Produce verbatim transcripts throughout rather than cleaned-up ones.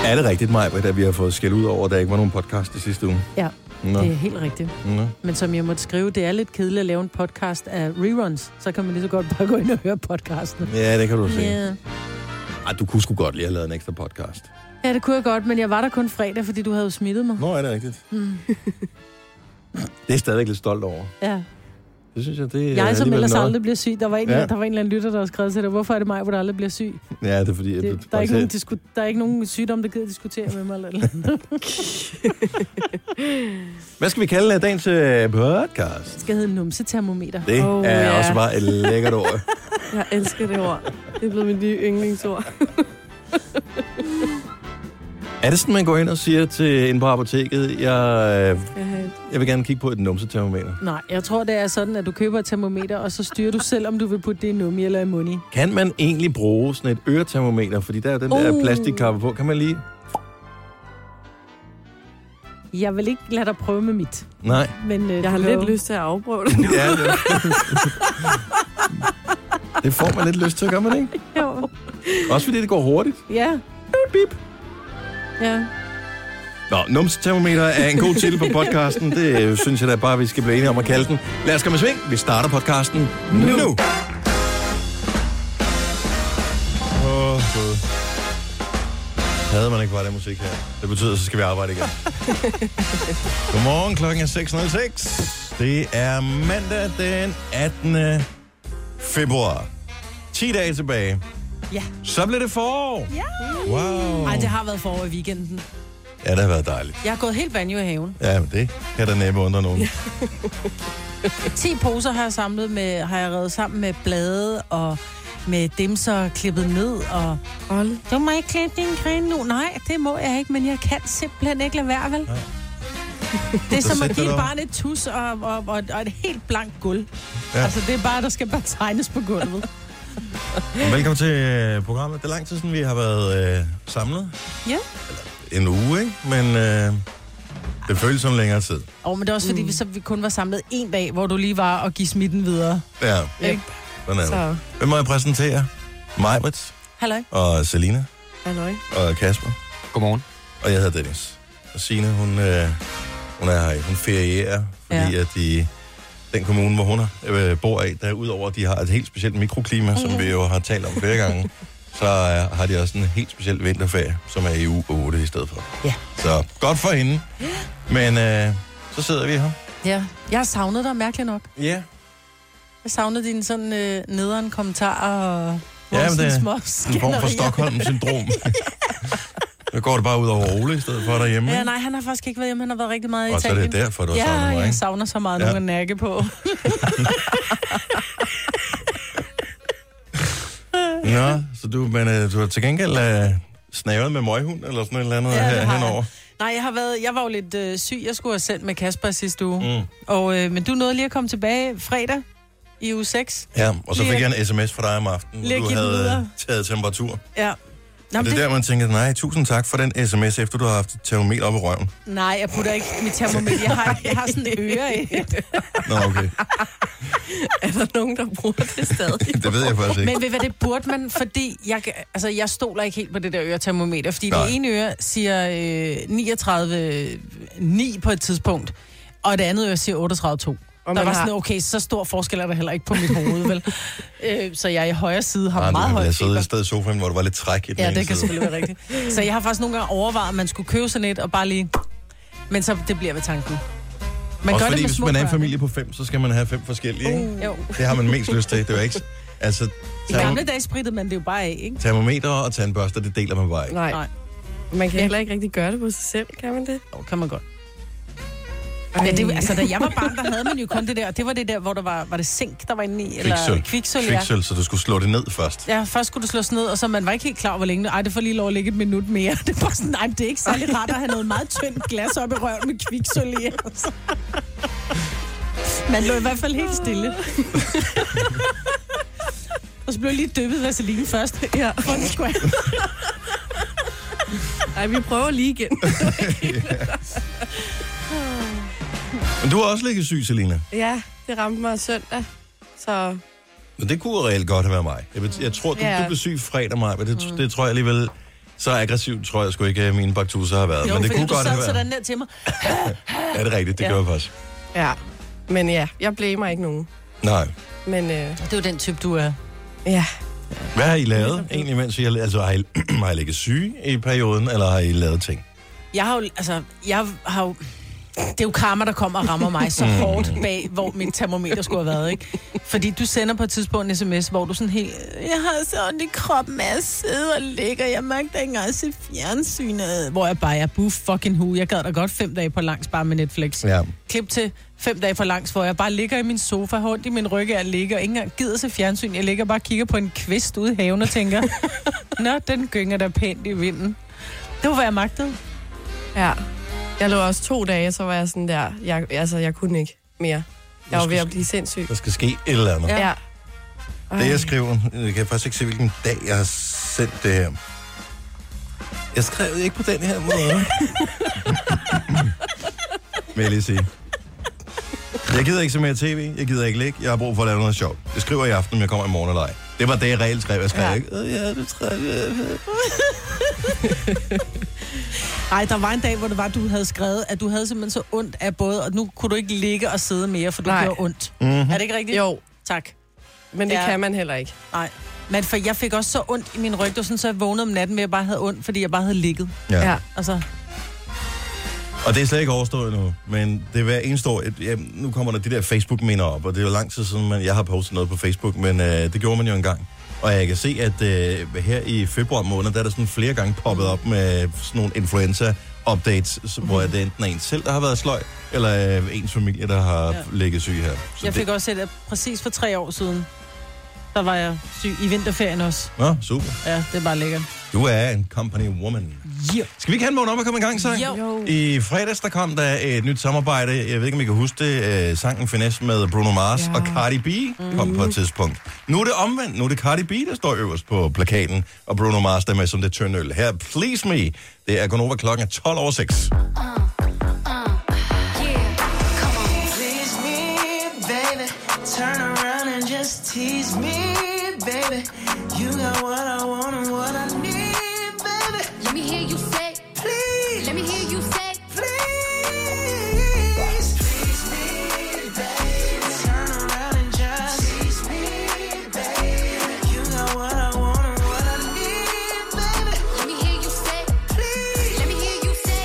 Er det rigtigt, Maja, at vi har fået skæld ud over, at der ikke var nogen podcast i sidste uge? Ja, Nå. det er helt rigtigt. Nå. Men som jeg måtte skrive, det er lidt kedeligt at lave en podcast af reruns. Så kan man lige så godt bare gå ind og høre podcasten. Ja, det kan du se. Yeah. Ej, du kunne sgu godt lige have lavet en ekstra podcast. Ja, det kunne jeg godt, men jeg var der kun fredag, fordi du havde jo smittet mig. Nå, er det rigtigt? Mm. Det er jeg stadigvæk lidt stolt over. Ja. Det synes jeg, det er Jeg som ellers noget. aldrig bliver syg. Der var, en, Ja. ja. der var en eller anden lytter, der har skrevet til dig. Hvorfor er det mig, hvor der aldrig bliver syg? Ja, det er fordi... Det, jeg, der, er ikke nogen disku- der er ikke nogen sygdom, der gider diskutere med mig. Eller eller Hvad skal vi kalde uh, dagens uh, podcast? det skal hedde numsetermometer. Det Oh, oh, er ja. også bare et lækkert ord. Jeg elsker det ord. Det er blevet mit nye yndlingsord. Er det sådan, man går ind og siger til en på apoteket, jeg, øh, Jeg har et... jeg vil gerne kigge på et numsetermometer? Nej, jeg tror, det er sådan, at du køber et termometer, og så styrer du selv, om du vil putte det i nummi eller i muni. Kan man egentlig bruge sådan et øretermometer? Fordi der er den der Uh. plastikkappe på. Kan man lige... Jeg vil ikke lade dig prøve med mit. Nej. Men, øh, Jeg har du lidt kan jo- lyst til at afprøve det. Ja, det, det får man lidt lyst til, gør man ikke? Jo. Også fordi det går hurtigt. Ja. Bip. Ja. Nå, numsetermometer er en god titel på podcasten. Det øh, synes jeg da bare, vi skal blive enige om at kalde den. Lad os komme i sving. Vi starter podcasten nu. nu. Åh, oh, Gud. Havde man ikke bare den musik her. Det betyder, så skal vi arbejde igen. Godmorgen, klokken er seks nul seks. Det er mandag den attende februar. ti dage tilbage. Ja. Så bliver det forår. Ja. Wow. Ej, det har været forår i weekenden. Ja, det har været dejligt. Jeg har gået helt banjo i haven. Ja, men det kan der næppe undre nogen. ti poser har jeg samlet med, har jeg revet sammen med blade og med dimser klippet ned og... Hold. Du må ikke klippe din gren nu. Nej, det må jeg ikke, men jeg kan simpelthen ikke lade være, vel? Nej. Det er Så som sæt at dig give et dog. barn et tus og, og, og, og et helt blankt gulv. Ja. Ja. Altså, det er bare, der skal bare tegnes på gulvet. Velkommen til øh, programmet. Det er lang tid siden, vi har været øh, samlet. Ja. En uge, ikke? Men øh, det føles som længere tid. Og men det er også fordi, vi, så vi kun var samlet en dag, hvor du lige var og give smitten videre. Ja, Ikke? sådan er det. Så, Hvem må jeg præsentere? Majbrit Halløj. og Selina halløj. og Kasper. Godmorgen. Og jeg hedder Dennis. Og Signe, hun, øh, hun er her. Hun ferierer, fordi Ja. at de, den kommune, hvor hun øh, bor i, der udover at de har et helt specielt mikroklima, mm. som vi jo har talt om flere gange, så øh, har de også en helt speciel vinterferie, som er i uge otte i stedet for. Ja. Så godt for hende. Men øh, så sidder vi her. Ja, jeg har savnet dig, mærkeligt nok. Ja. Jeg savnede dine sådan øh, nederen kommentarer og Ja, men det er små en form for skænderier. Stockholm-syndrom. Nu går det bare ud over Ole i stedet for derhjemme. Ja, ikke? nej, han har faktisk ikke været hjemme. Han har været rigtig meget i Og så er Italien. det derfor, du har Ja, savnet mig, jeg ikke? savner så meget Ja. nogen at nakke på. Nå, så du, men, øh, du har til gengæld øh, snavet med møghund eller sådan et eller andet Ja, det her har jeg. henover. Nej, jeg har været, jeg var jo lidt øh, syg. Jeg skulle have sendt med Kasper sidste uge. Mm. Og, øh, men du nåede lige at komme tilbage fredag i uge seks. Ja, og så Lige fik at- jeg en sms fra dig om aftenen, Lige at hvor du give den havde videre. øh, taget temperatur. Ja. Nå, Og det er der, man tænker, nej, tusind tak for den sms, efter du har haft et termometer op i røven. Nej, jeg putter ikke mit termometer. Jeg har, jeg har sådan en øre i. Nå, okay. Er der nogen, der bruger det stadig? Det ved jeg faktisk ikke. Men ved hvad, det burde man, fordi jeg, altså, jeg stoler ikke helt på det der øretermometer, fordi Nej. det ene øre siger øh, niogtredive komma ni på et tidspunkt, og det andet øre siger otteogtredive komma to. Og Der man var har- sådan, okay, så stor forskel er der heller ikke på mit hoved, vel? øh, så jeg i højre side har Nej, meget du høj har siddet feber. et sted i sofaen, hvor du var lidt træk i den Ja, ene det kan side. selvfølgelig være rigtigt. Så jeg har faktisk nogle gange overvejet, at man skulle købe sådan et, og bare lige... Men så det bliver ved tanken. Man Også gør fordi, det med hvis små man er en børn. familie på fem, så skal man have fem forskellige, ikke? Uh, jo. Det har man mest lyst til. Det er jo ikke... Altså, I termo- gamle dage sprittede man det jo bare af, ikke? termometer og tandbørster, det deler man bare ikke. Nej. Nej, Man kan heller ikke rigtig gøre det på sig selv, kan man det? jo, kan man godt. Ja, det, altså, da jeg var barn, der havde man jo kun det der. Det var det der, hvor der var, var det zink, der var inde i? Eller Kviksøl. kviksøl, ja. Kviksøl, så du skulle slå det ned først. Ja, først skulle du slås ned, og så man var ikke helt klar, hvor længe. Ej, det får lige lov at ligge et minut mere. Det var sådan, nej, det er ikke særlig rart at have noget meget tyndt glas op i røven med kviksøl i. Altså. Man lå i hvert fald helt stille. Og så blev jeg lige dyppet vaseline først. Ja. For den skulle jeg. Ej, vi prøver lige igen. Men du har også ligget syg, Selina. Ja, det ramte mig søndag. Så Men det kunne reelt godt have været mig. Jeg, bet- jeg tror, du, Ja. du blev syg fredag, mig, men det, mm. det tror jeg alligevel... Så aggressivt tror jeg sgu ikke, at mine baktuser har været. Jo, men det fordi kunne du godt sad have været. sådan ned til mig. Er det rigtigt? Det Ja. gør jeg faktisk. Ja, men ja, jeg blamer ikke nogen. Nej. Men øh, Det er jo den type, du er. ja, Hvad har I lavet egentlig, mens I har, altså, har I, har I ligget syge i perioden, eller har I lavet ting? Jeg har jo, altså, jeg har jo... Det er jo karma, der kommer og rammer mig så hårdt bag, hvor mit termometer skulle have været, ikke? Fordi du sender på et tidspunkt en sms, hvor du sådan helt... Jeg har så ondt i kroppen, med at sidde og ligge, jeg magter ikke engang at se fjernsynet. Hvor jeg bare, jeg buff fucking hu. Jeg gad da godt fem dage på langs bare med Netflix. Ja. Klip til fem dage på langs, hvor jeg bare ligger i min sofa, har ondt i min ryg, jeg ligger og ikke engang gider se fjernsyn. Jeg ligger bare og kigger på en kvist ude i haven og tænker, nå, den gynger der pænt i vinden. Det var, hvad jeg magtede. ja. Jeg lå også to dage, så var jeg sådan der, jeg, altså jeg kunne ikke mere. Jeg var ved at blive sindssyg. Der skal ske et eller andet. Ja. Det jeg skriver, jeg kan faktisk ikke se, hvilken dag jeg har sendt det her. Jeg skrev det ikke på den her måde. Vil jeg lige sige. Jeg gider ikke se mere tv, jeg gider ikke ligge, jeg har brug for at lave noget sjovt. Jeg skriver i aften, om jeg kommer i morgen eller ej. Det var det, jeg reelt skrev. Jeg skrev Ja. ikke, øh, ja, det skrev jeg. Ej, der var en dag, hvor det var, du havde skrevet, at du havde simpelthen så ondt af både, og nu kunne du ikke ligge og sidde mere, for du Nej. gjorde ondt. Mm-hmm. Er det ikke rigtigt? Jo, Tak. men det Ja. kan man heller ikke. Nej. Men for jeg fik også så ondt i min ryg, det var sådan, så jeg vågnede om natten med, at jeg bare havde ondt, fordi jeg bare havde ligget. Ja. Ja. Altså, Og det er slet ikke overstået nu, men det er hver eneste år. Ja, nu kommer der de der Facebook-minder op, og det er jo lang tid siden, man, jeg har postet noget på Facebook, men øh, det gjorde man jo engang. Og jeg kan se, at øh, her i februar måned, der er der sådan flere gange poppet op med sådan nogle influenza-updates, mm. hvor det enten er en selv, der har været sløj, eller øh, ens familie, der har ja. ligget syg her. Så jeg fik det... også set, at præcis for tre år siden, der var jeg syg i vinterferien også. Nå, super. Ja, det er bare lækkert. Du er en company woman. Yeah. Skal vi ikke have en vågen op og komme i gang, så? Jo. Jo. I fredags, der kom der et nyt samarbejde. Jeg ved ikke, om I kan huske det. Uh, sangen Finesse med Bruno Mars ja. Ja. og Cardi B kom mm. på et tidspunkt. Nu er det omvendt. Nu er det Cardi B, der står øverst på plakaten, og Bruno Mars der med som det tynde øl. Her, Please Me. Det er Gonova klokken er tolv over seks. Turn around and just tease me, baby. You got what I want and what I need, baby. Let me hear you say, Please, let me hear you say, please, please me, baby. Turn around and just tease me, baby. You got what I want and what I need, baby. let me hear you say, Please, let me hear you say,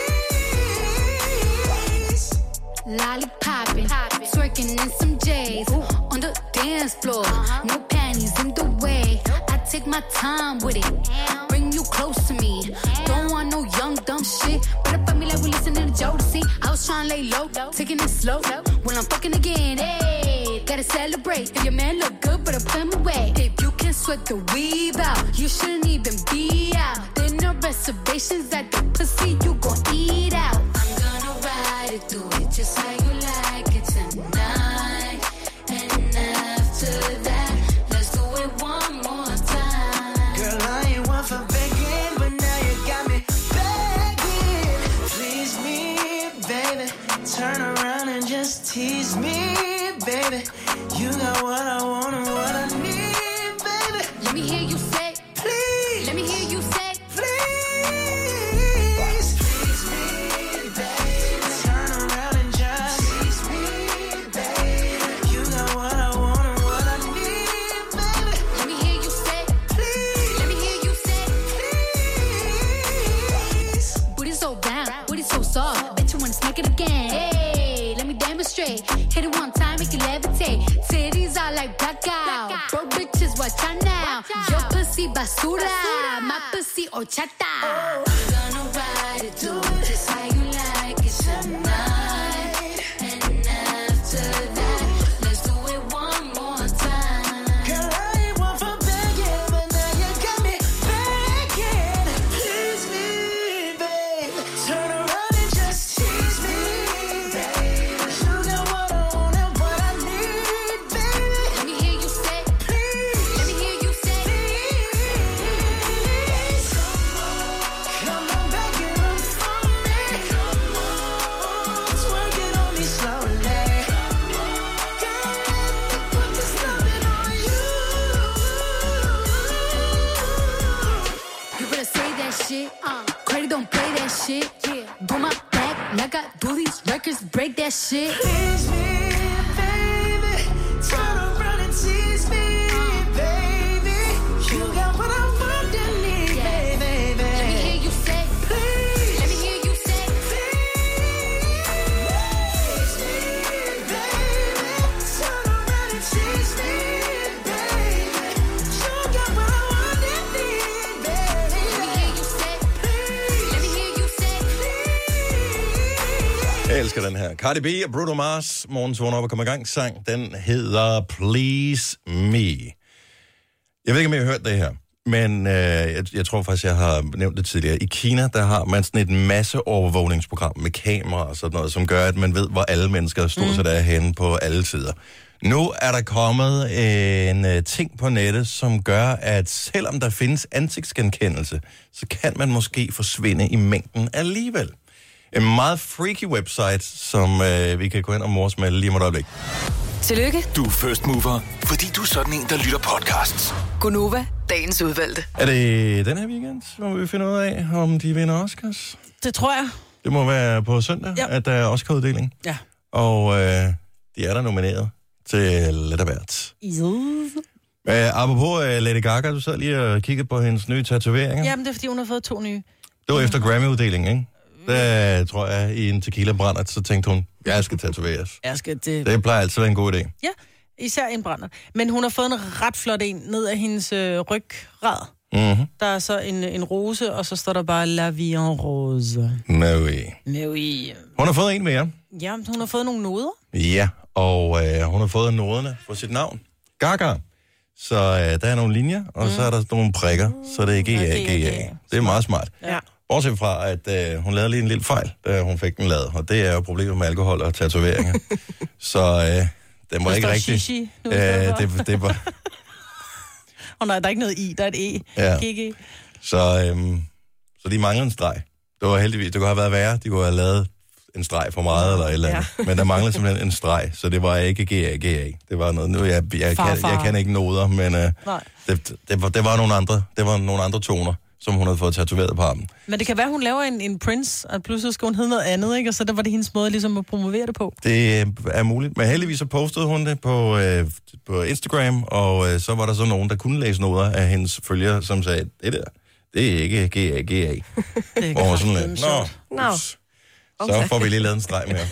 please. lollipopping, twerking in some J's on the dance floor. No panties in the way. I take my time with it. Bring you close to me. Don't want no young dumb shit. But up on me like we listening to Jodeci. I was trying to lay low, taking it slow. When I'm fucking again, hey, gotta celebrate. If your man look good, better put him away. If you can sweat the weave out, you shouldn't even be out. There no reservations at the pussy you gon' eat out. I'm gonna ride it, do it just how you like it tonight. And after that, let's do it one more time. Girl, I ain't one for begging, but now you got me begging. Please me, baby. Turn around and just tease me, baby. You got what I want and what I need, baby. Let me hear you say, Please, let me hear you say, please, please me, baby. Turn around and just tease me, baby. You got what I want and what I need, baby. let me hear you say, Please, let me hear you say. please. Booty so round, booty so soft. Bet you wanna smack it again. Hey, let me demonstrate. Hit it one time, make it levitate. Titties are like blackout. Broke bitches, watch out now. Your pussy basura, my pussy horchata. I'm gonna ride it, do it just how you like it tonight. And after that, let's do it one more time. Girl, I ain't one for begging, but now you got me begging. Please me, babe. Turn around and just tease me, babe. You got what I want and what I need, baby. Let me hear you say, Please, let me hear you say. please. Come on, baby. that shit. Tease me, baby. Turn around and tease me, baby. You got what I want and need, baby. Let me hear you say, Please. let me hear you say, Tease me, baby. Turn around and tease me, baby. You got what I want and need, baby. let me hear you say, let me hear you say. Jeg elsker den her. Cardi B og Bruno Mars, morgens vågn op og kommer i gang sang. Den hedder Please Me. Jeg ved ikke, om I har hørt det her, men øh, jeg, jeg tror faktisk, jeg har nævnt det tidligere. I Kina, der har man sådan et masseovervågningsprogram med kameraer og sådan noget, som gør, at man ved, hvor alle mennesker stort set er henne på alle sider. Nu er der kommet en øh, ting på nettet, som gør, at selvom der findes ansigtsgenkendelse, så kan man måske forsvinde i mængden alligevel. En meget freaky website, som øh, vi kan gå ind og morse med lige om et øjeblik. Tillykke, Du er first mover, fordi du er sådan en, der lytter podcasts. Gunova, dagens udvalgte. Er det den her weekend, hvor vi finder ud af, om de vinder Oscars? Det tror jeg. Det må være på søndag, Ja. at der er Oscar-uddeling. Ja. Og øh, de er der nomineret til lidt af hvert. Øh, apropos øh, Lady Gaga, du sad lige og kiggede på hendes nye tatoveringer. Jamen, det er fordi, hun har fået to nye. Det var efter Grammy-uddelingen, ikke? Der tror jeg, i en tequila-brændert, så tænkte hun, jeg skal tatoveres. Jeg skal det... Det plejer altid at være en god idé. Ja, især en brænder. Men hun har fået en ret flot en ned af hendes øh, ryggrad. Mhm. Der er så en, en rose, og så står der bare La Vie en Rose. No way. Oui. Hun har fået en mere. Ja, hun har fået nogle noder. Ja, og øh, hun har fået noderne for sit navn. Gaga. Så øh, der er nogle linjer, og mm. så er der nogle prikker, så det er G A G A. Det er meget smart. Ja. Bortset fra, at øh, hun lavede lige en lille fejl, da hun fik den lavet. Og det er jo problemet med alkohol og tatoveringer. så øh, den var Der ikke står rigtig... shishi nu i Øh, stedet for. det, det var... Og nej, der er ikke noget i, der er et E. Ja. G G. Så, øhm, så de manglede en streg. Det var heldigvis... Det kunne have været værre. De kunne have lavet en streg for meget eller et eller andet. Ja. Men der manglede simpelthen en streg, så det var ikke G A G A. Det var noget... Nu, jeg, jeg, kan, jeg kan ikke noder, men øh, det, det, var, det, var nogle andre, det var nogle andre toner, som hun havde fået tatoveret på armen. Men det kan være, hun laver en, en Prince, og pludselig skal hun hedde noget andet, ikke? Og så der var det hendes måde ligesom at promovere det på. Det er muligt. Men heldigvis så postede hun det på, øh, på Instagram, og øh, så var der så nogen, der kunne læse noder af hendes følgere, som sagde, det der, det er ikke G A G A. Det Hvor hun sådan lidt, lidt nå, Nå. ups. Så får vi lige lavet en streg mere.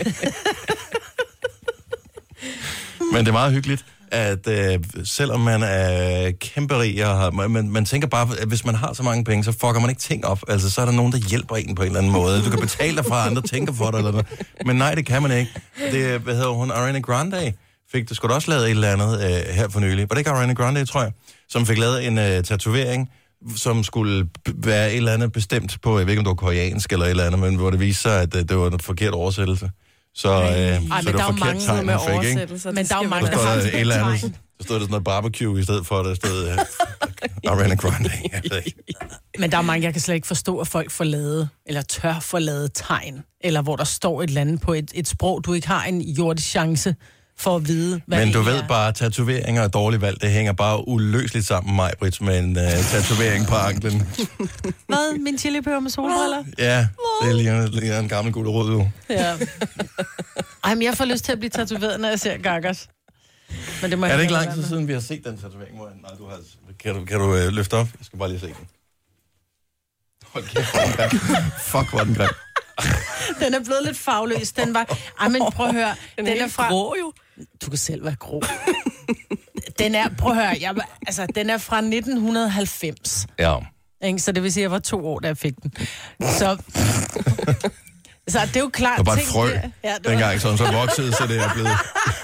Men det er meget hyggeligt, at øh, selvom man er kæmperig, og har, man, man tænker bare, at hvis man har så mange penge, så fucker man ikke ting op. Altså, så er der nogen, der hjælper en på en eller anden måde. Du kan betale dig fra, andre tænker for dig. Eller noget. Men nej, det kan man ikke. Det, hvad hedder hun? Ariana Grande fik det sgu da også lavet et eller andet øh, her for nylig. Var det ikke Ariana Grande, tror jeg? Som fik lavet en øh, tatovering, som skulle være et eller andet bestemt på, jeg ved ikke, om det var koreansk eller et eller andet, men hvor det viste sig, at øh, det var en forkert oversættelse. Så, øh, Ej, så men det der var er jo forkert mange tegn, med hun fik, ikke? oversættelser. Men der er jo mange, Så der står har der sådan et eller andet, tegn. så stod der sådan noget barbecue i stedet for, at der stod uh, Ariana Grande. Jeg ved ikke. Men der er mange, jeg kan slet ikke forstå, at folk får lavet, eller tør få lavet tegn, eller hvor der står et eller andet på et, et sprog, du ikke har en jordisk chance for at vide, hvad Men det du er. ved bare, at tatoveringer og dårligt valg, det hænger bare uløseligt sammen med mig, Britt, med en uh, tatovering på anklen. Hvad? Min chilipeber med solbriller? Ja, det er lige, lige en gammel gulerod, jo. Ja. Ej, men jeg får lyst til at blive tatoveret, når jeg ser Gagas. Men det må Er jeg det ikke lade lang være tid med. siden, vi har set den tatovering? Hvor- Nej, du har... Kan du, kan du uh, løfte op? Jeg skal bare lige se den. Hold kæft, hvor er den grim. Fuck, hvor er den grim. Den er blevet lidt farveløs. Den var... Ej, men prøv at høre. Den, Den er er fra... grå jo. Du kan selv være grå. Den er... Prøv at høre. Jeg... var- Altså, den er fra nitten halvfems. Ja. Ikke? Så det vil sige, at jeg var to år, da jeg fik den. Så... Så det er jo klart... Det var bare et ting frø der- Ja, det var... dengang, så så voksede, så det er blevet...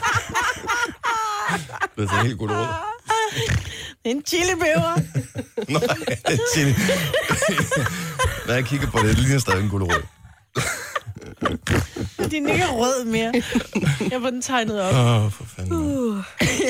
blevet til helt gulerod. En chilipeber. Nej, det er chili. Når jeg kigger på det, det ligner stadig en gulerod. Den er ikke rød mere. Jeg får den tegnet op. Åh, oh, for fanden. Uh.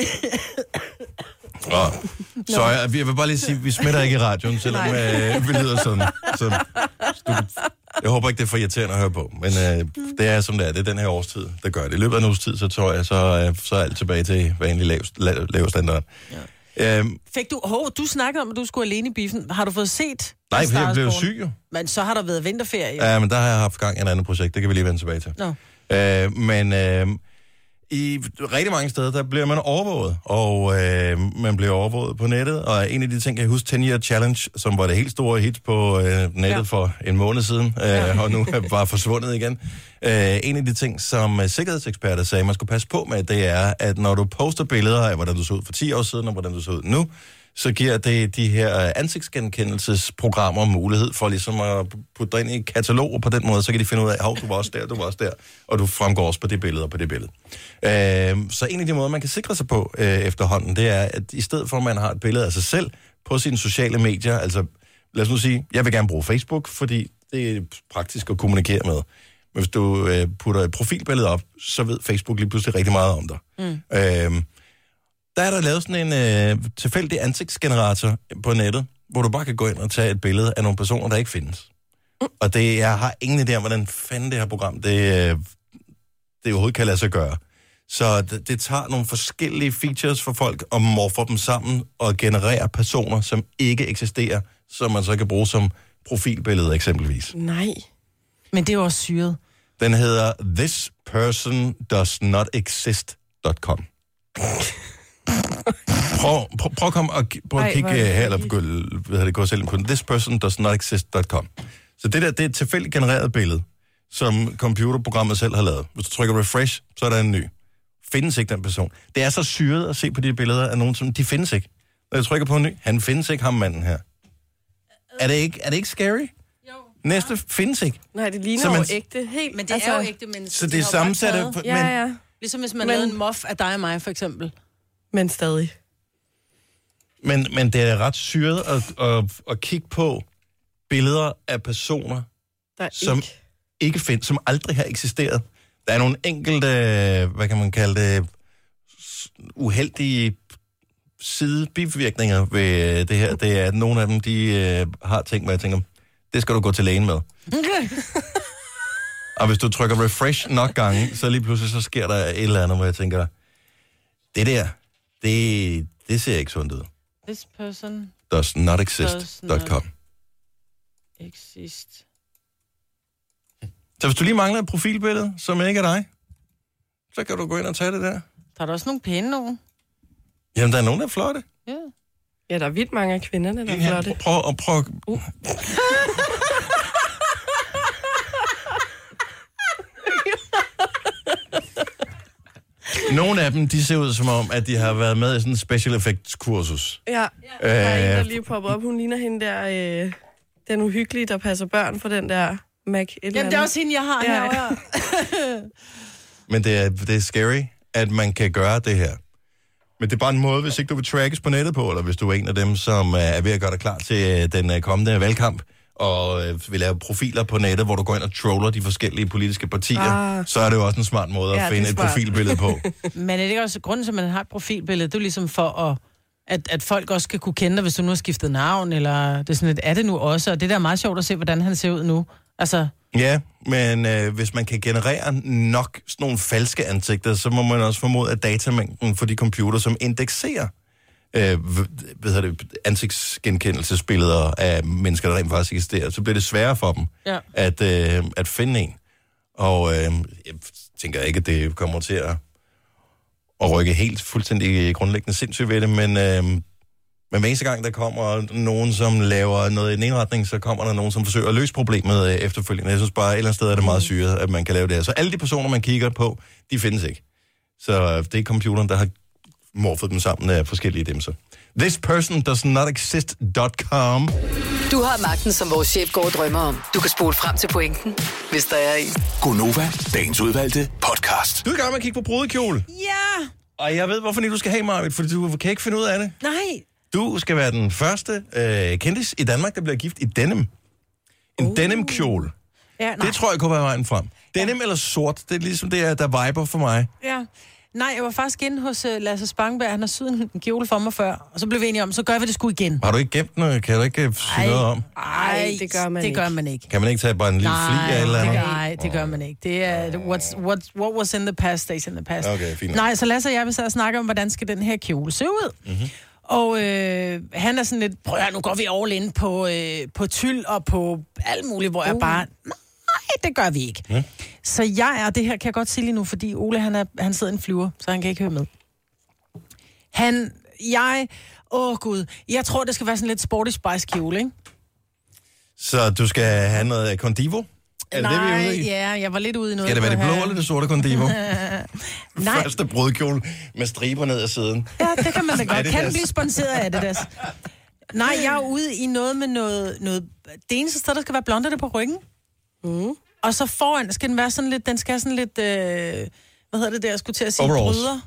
Oh, så jeg, jeg vil bare lige sige, at vi smitter ikke i radioen, selvom øh, vi lyder sådan. Så, du, jeg håber ikke, det er for irriterende at høre på, men øh, det er som det er. Det er den her årstid, der gør det. I løbet af en uges tid, så tror jeg, så, øh, så er alt tilbage til vanlig lav, lav, lav standard. Ja. Øhm, Fik du... Hov, du snakkede om, at du skulle alene i biffen. Har du fået set... nej, A for Star jeg is blev Born? syg jo. Men så har der været vinterferie. Ja, men der har jeg haft gang i en anden projekt. Det kan vi lige vende tilbage til. Nå. Øh, men øh, i rigtig mange steder, der bliver man overvåget, og øh, man bliver overvåget på nettet, og en af de ting, jeg husker, ten year challenge, som var det helt store hit på øh, nettet ja. for en måned siden, øh, ja. og nu er bare forsvundet igen. Øh, en af de ting, som sikkerhedseksperter sagde, man skulle passe på med, det er, at når du poster billeder af, hvordan du så ud for ti år siden, og hvordan du så ud nu, så giver det de her ansigtsgenkendelsesprogrammer mulighed for ligesom at putte dig ind i kataloger på den måde, så kan de finde ud af, hov, du var også der, du var også der, og du fremgår også på det billede og på det billede. Øh, så en af de måder, man kan sikre sig på øh, efterhånden, det er, at i stedet for, at man har et billede af sig selv på sine sociale medier, altså lad os nu sige, jeg vil gerne bruge Facebook, fordi det er praktisk at kommunikere med. Men hvis du øh, putter et profilbillede op, så ved Facebook lige pludselig rigtig meget om dig. Mm. Øh, Der er der lavet sådan en øh, tilfældig ansigtsgenerator på nettet, hvor du bare kan gå ind og tage et billede af nogle personer, der ikke findes. Mm. Og det, jeg har ingen idé om, hvordan fanden det her program, det, øh, det overhovedet kan lade sig gøre. Så det, det tager nogle forskellige features for folk, og morfer dem sammen og genererer personer, som ikke eksisterer, som man så kan bruge som profilbillede eksempelvis. Nej. Men det er jo også syret. Den hedder this person does not exist dot com. Prøv, prøv, prøv at komme og prøv at Ej, kigge hvor er det her, eller hvad hedder det, gå selv ind på den. this person does not exist dot com. Så det der, det er et tilfældigt genereret billede, som computerprogrammet selv har lavet. Hvis du trykker refresh, så er der en ny. Findes ikke den person. Det er så syret at se på de billeder af nogen, som de findes ikke. Når jeg trykker på en ny, han findes ikke, ham manden her. Er det ikke, er det ikke scary? Jo. Næste findes ikke. Nej, det ligner Så man- jo ægte. Helt, Men det altså, er jo ægte mennesker. Så det De er har jo bare sammensatte... taget- Ja, ja. Ligesom hvis man Men- lavede en muff af dig og mig, for eksempel. Men stadig. Men, men det er ret syret at, at, at kigge på billeder af personer, Der er som ikke. ikke findes, som aldrig har eksisteret. Der er nogle enkelte, hvad kan man kalde det, s- uheldige sidebivirkninger ved det her. Det er, at nogle af dem, de øh, har ting, hvor jeg tænker, det skal du gå til lægen med. Okay. Og hvis du trykker refresh nok gange, så lige pludselig så sker der et eller andet, hvor jeg tænker, det der, det, det ser ikke sundt ud. This person does not exist dot com. exist. Så hvis du lige mangler et profilbillede, som ikke er dig, så kan du gå ind og tage det der. Der er der også nogle pæne nogen. Jamen, der er nogen, der er flotte. Ja. Ja, der er vildt mange af kvinderne, der En er her. flotte. Prøv at prøv. Uh. Nogle af dem, de ser ud som om, at de har været med i sådan en special effects kursus. Ja, der er en, der Øh, lige popper op. Hun ligner hende der, øh, den uhyggelige, der passer børn for den der Mac. Et eller Jamen, det er andet. også hende, jeg har Ja. ja. herovre. Men det er, det er scary, at man kan gøre det her. Men det er bare en måde, hvis ikke du vil trackes på nettet på, eller hvis du er en af dem, som øh, er ved at gøre dig klar til øh, den øh, kommende valgkamp, og øh, vil lave profiler på nettet, hvor du går ind og troller de forskellige politiske partier, Ah. så er det jo også en smart måde at Ja, det er finde et smart. profilbillede på. Men er det ikke også grunden til, at man har et profilbillede? Det er jo ligesom for at, at, at folk også skal kunne kende dig, hvis du nu har skiftet navn, eller det er sådan lidt, er det nu også? Og det der er meget sjovt at se, hvordan han ser ud nu. Altså, Ja, men øh, hvis man kan generere nok sådan nogle falske ansigter, så må man også formode, at datamængden for de computer, som indekserer øh, hvad hedder det, ansigtsgenkendelsesbilleder af mennesker, der rent faktisk eksisterer, så bliver det sværere for dem ja. at, øh, at finde en. Og øh, jeg tænker ikke, at det kommer til at, at rykke helt fuldstændig grundlæggende sindssygt ved det, men, øh, men hver eneste gang, der kommer nogen, som laver noget i den ene retning, så kommer der nogen, som forsøger at løse problemet øh, efterfølgende. Jeg synes bare, et eller andet sted er det meget syret, at man kan lave det her. Så alle de personer, man kigger på, de findes ikke. Så det er computeren, der har morfet dem sammen af forskellige dimser. This person does not exist dot com. Du har magten, som vores chef går og drømmer om. Du kan spole frem til pointen, hvis der er en. Gonova, dagens udvalgte podcast. Du er i gang med at kigge på brudekjole. Ja! Og jeg ved, hvorfor du skal have, Marvitt, fordi du kan ikke finde ud af det. Nej! Du skal være den første øh, kendis i Danmark, der bliver gift i denim. En uh. denim-kjole. Ja, nej. Det tror jeg kunne være vejen frem. Denim ja. eller sort, det er ligesom det, der viber for mig. Ja. Nej, jeg var faktisk inde hos uh, Lasse Spangberg. Han har syet en kjole for mig før. Og så blev vi enige om, så gør vi det sgu igen. Har du ikke gemt noget? Kan du ikke uh, sige noget om? Nej, det gør man det ikke. gør man ikke. Kan man ikke tage bare en lille fli af et eller andet? Nej, det gør man ikke. Det er, what's, what, what was in the past stays in the past. Okay, fint. Nej, så Lasse og jeg vil så snakke om, hvordan skal den her kjole se ud. Mm-hmm. Og øh, han er sådan lidt, prøv at, nu går vi all in på, øh, på tyld og på alt muligt, hvor uh. jeg bare, nej, det gør vi ikke. Ja. Så jeg er, det her kan jeg godt sige lige nu, fordi Ole, han, er, han sidder i en flyver, så han kan ikke høre med. Han, jeg, åh gud, jeg tror, det skal være sådan lidt sporty spice kjole, ikke? Så du skal have noget Condivo? Er det Nej, det, vi er ude i? ja, jeg var lidt ude i noget. Skal det være det på blå her. eller det sorte Condivo? Nej, Første brudkjole med striber ned ad siden. ja, det kan man da Er godt. det Kan das? blive sponseret af det, das. Nej, jeg er ude i noget med noget... noget det eneste sted, der skal være blonde, det er på ryggen. Mm. Og så foran skal den være sådan lidt... Den skal have sådan lidt... Øh, hvad hedder det der, jeg skulle til at sige? Overalls. Bryder.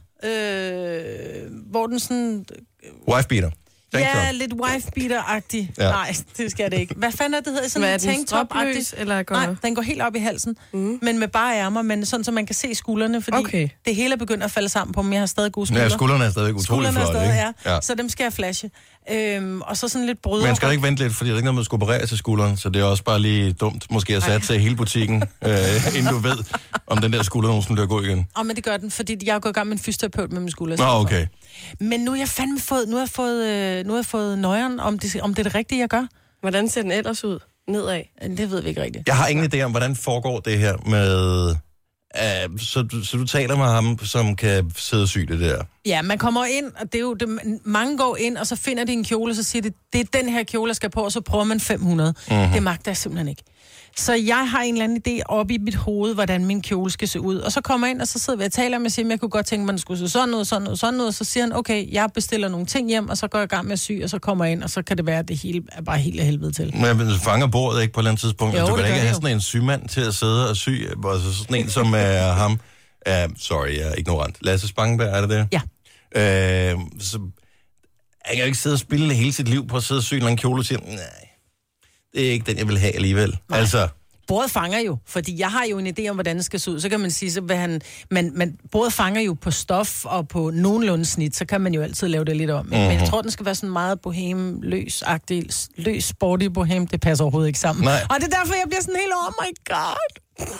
Øh, hvor den sådan... Wife beater. Tank Ja, top. lidt wife-beater-agtig. Ja. Ja. Nej, det skal det ikke. Hvad fanden er det hedder? Sådan Hvad er en den, tanktop-agtig. strapløs, eller går- Nej, den går helt op i halsen, mm. men med bare ærmer, men sådan, så man kan se skuldrene, fordi Okay. det hele er begyndt at falde sammen på, men jeg har stadig gode skuldre. Ja, skuldrene er stadig utrolig Skuldrene er flotte, stadig, ikke? ja. Så dem skal jeg flashe. Øhm, og så sådan lidt brødre. Men skal du ikke vente lidt, fordi der er ikke noget, man skal operere til skulderen, så det er også bare lige dumt, måske at satse hele butikken, øh, inden du ved, om den der skulder nogensinde bliver god igen. Åh, oh, men det gør den, fordi jeg er gået i gang med en fysioterapeut med min skulder. Nå, okay. Men nu har jeg fandme fået, nu har jeg fået, øh, nu har jeg fået nøjeren, om det, om det er det rigtige, jeg gør. Hvordan ser den ellers ud? Nedad? Det ved vi ikke rigtigt. Jeg har ingen idé om, hvordan foregår det her med... Uh, så, du, så du taler med ham, som kan sidde og sy det der. Ja, man kommer ind, og det er jo, det, mange går ind, og så finder de en kjole, og så siger de, det er den her kjole, jeg skal på, og så prøver man fem hundrede. Mm-hmm. Det magter jeg simpelthen ikke. Så jeg har en eller anden idé op i mit hoved, hvordan min kjole skal se ud. Og så kommer jeg ind, og så sidder vi og taler med sig, jeg kunne godt tænke mig, at den skulle se sådan ud, sådan ud, sådan ud. Og så siger han, okay, jeg bestiller nogle ting hjem, og så går jeg i gang med at sy, og så kommer jeg ind, og så kan det være, at det hele er bare helt af helvede til. Men du fanger bordet ikke på et eller andet tidspunkt. Jo, Du det kan da gør ikke det have jo. sådan en sygmand til at sidde og sy. Altså sådan en, som er ham. Uh, sorry, jeg er ignorant. Lasse Spangenberg, er det det? Ja. Uh, så han kan jo ikke sidde og spille hele sit liv på at sidde og sy en eller anden kjole og sige, nej, det er ikke den, jeg vil have alligevel. Nej. Altså, Bordet fanger jo, fordi jeg har jo en idé om, hvordan det skal se ud. Så kan man sige, så vil han... Men, men bordet fanger jo på stof og på nogenlunde snit, så kan man jo altid lave det lidt om. Men, mm-hmm. men jeg tror, den skal være sådan meget bohem-løs-agtig. Løs, sporty bohem, det passer overhovedet ikke sammen. Nej. Og det er derfor, jeg bliver sådan helt, oh my god.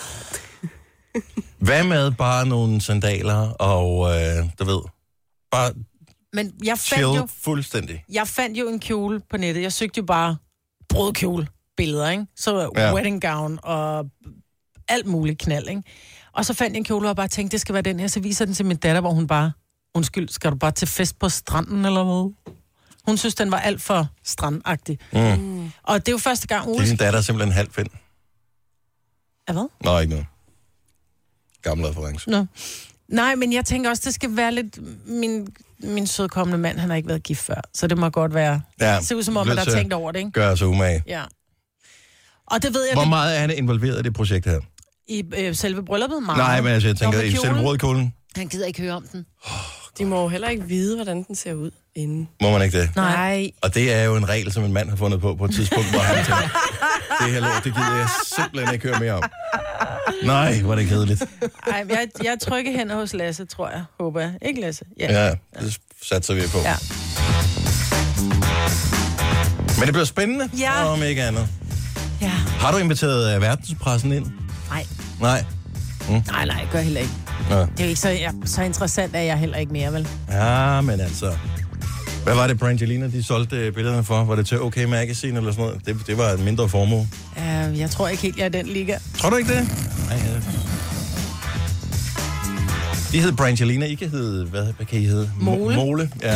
hvad med bare nogle sandaler og, øh, du ved, bare Men jeg fandt, chill jo, fuldstændig. jeg fandt jo en kjole på nettet. Jeg søgte jo bare brødkjole billeder, ikke? Så Ja. ja. wedding gown og alt muligt knald, ikke? Og så fandt jeg en kjole, og jeg bare tænkte, det skal være den her. Så viser den til min datter, hvor hun bare, undskyld, skal du bare til fest på stranden, eller hvad? Hun synes, den var alt for strandagtig. Mm. Og det er jo første gang, Det er Ole... din datter er simpelthen halv find. Ja, hvad? Nå, ikke noget. Gammel reference. Nå. Nej, men jeg tænker også, det skal være lidt... Min, min sødkommende mand, han har ikke været gift før, så det må godt være... Ja, Det ser ud som om, nødt at der til er at tænkt over det, ikke? Gør sig umage. Ja. Og det ved jeg... Hvor det, meget er han involveret i det projekt her? I øh, selve brylluppet? Meget. Nej, men altså, jeg tænker, Nå, med i selve kjolen? brudkjolen, Han gider ikke høre om den. De må jo heller ikke vide, hvordan den ser ud inden. må man ikke det? Nej. Og det er jo en regel, som en mand har fundet på på et tidspunkt, hvor han tænker, det her lort, det gider jeg simpelthen ikke høre mere om. Nej, hvor er det kedeligt. Ej, jeg, jeg trykker hænder hos Lasse, tror jeg. Håber jeg. Ikke Lasse? Ja. Ja, det satser vi på. Ja. Men det bliver spændende, Ja. om ikke andet. ja. Har du inviteret uh, verdenspressen ind? Nej. Nej. Nej, nej, gør heller ikke. Nå. Det er jo ikke så, ja, så interessant, at jeg heller ikke mere, vel? Ja, men altså... Hvad var det, Brangelina, de solgte billederne for? Var det til OK Magazine eller sådan noget? Det, det var en mindre formue. Uh, jeg tror ikke helt, jeg er den liga. Tror du ikke det? Nej, ja. De hed Brangelina, I kan hedde... Hvad, hvad kan I hedde? Mo- Mole. Mole, ja.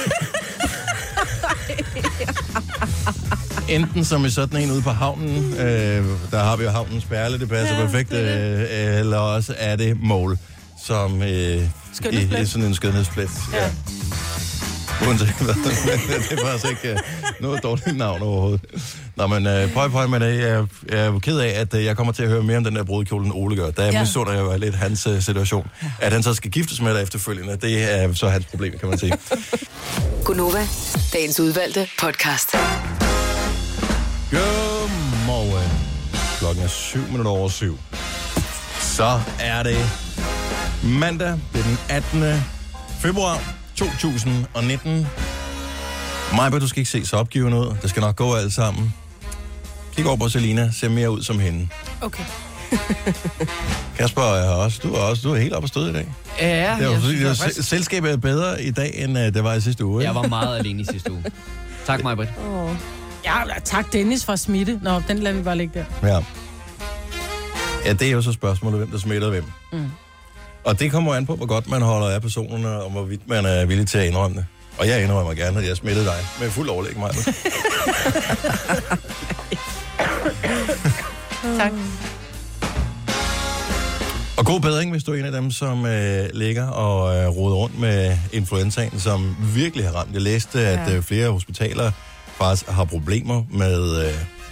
Enten som i sådan en ude på havnen, øh, der har vi jo havnens perle, det passer ja, perfekt, øh, eller også er det Mole, som øh, i, Skønhedsplet. i sådan en skønhedsplet. Ja. Ja. Uanset hvad, det er faktisk ikke uh, noget dårligt navn overhovedet. Nå, men uh, pøj, pøj med det. Jeg, jeg er jo ked af, at uh, jeg kommer til at høre mere om den der brudekjole, den Ole gør. Der Ja. misunder jeg jo lidt hans uh, situation. Ja. At han så skal giftes med dig efterfølgende, det er så hans problem, kan man sige. Gunova, dagens udvalgte podcast. Godmorgen. Klokken er syv minutter over syv. Så er det mandag, det er den attende februar to tusind og nitten. Majbert, du skal ikke se så opgivende ud. Det skal nok gå alt sammen. Kig over på Selina, ser mere ud som hende. Okay. Kasper er også. Du er også. Du er helt oppe og stød i dag. Ja, Det er jo, jeg, fordi, synes, det jeg, var, selskabet er bedre i dag, end uh, det var i sidste uge. jeg ikke? var meget alene i sidste uge. Tak, Majbrit. Ja, tak Dennis for smitte. Nå, den lader vi bare ligge der. Ja. Ja, det er jo så spørgsmålet, hvem der smitter hvem. Mm. Og det kommer an på, hvor godt man holder af personerne, og hvorvidt man er villig til at indrømme det. Og jeg indrømmer gerne, at jeg smittede dig med fuld overlæg, Maja. Tak. Og god bedring, hvis du er en af dem, som øh, ligger og øh, roder rundt med influenzaen, som virkelig har ramt. Jeg læste, at Ja. øh, flere hospitaler faktisk har problemer med, øh,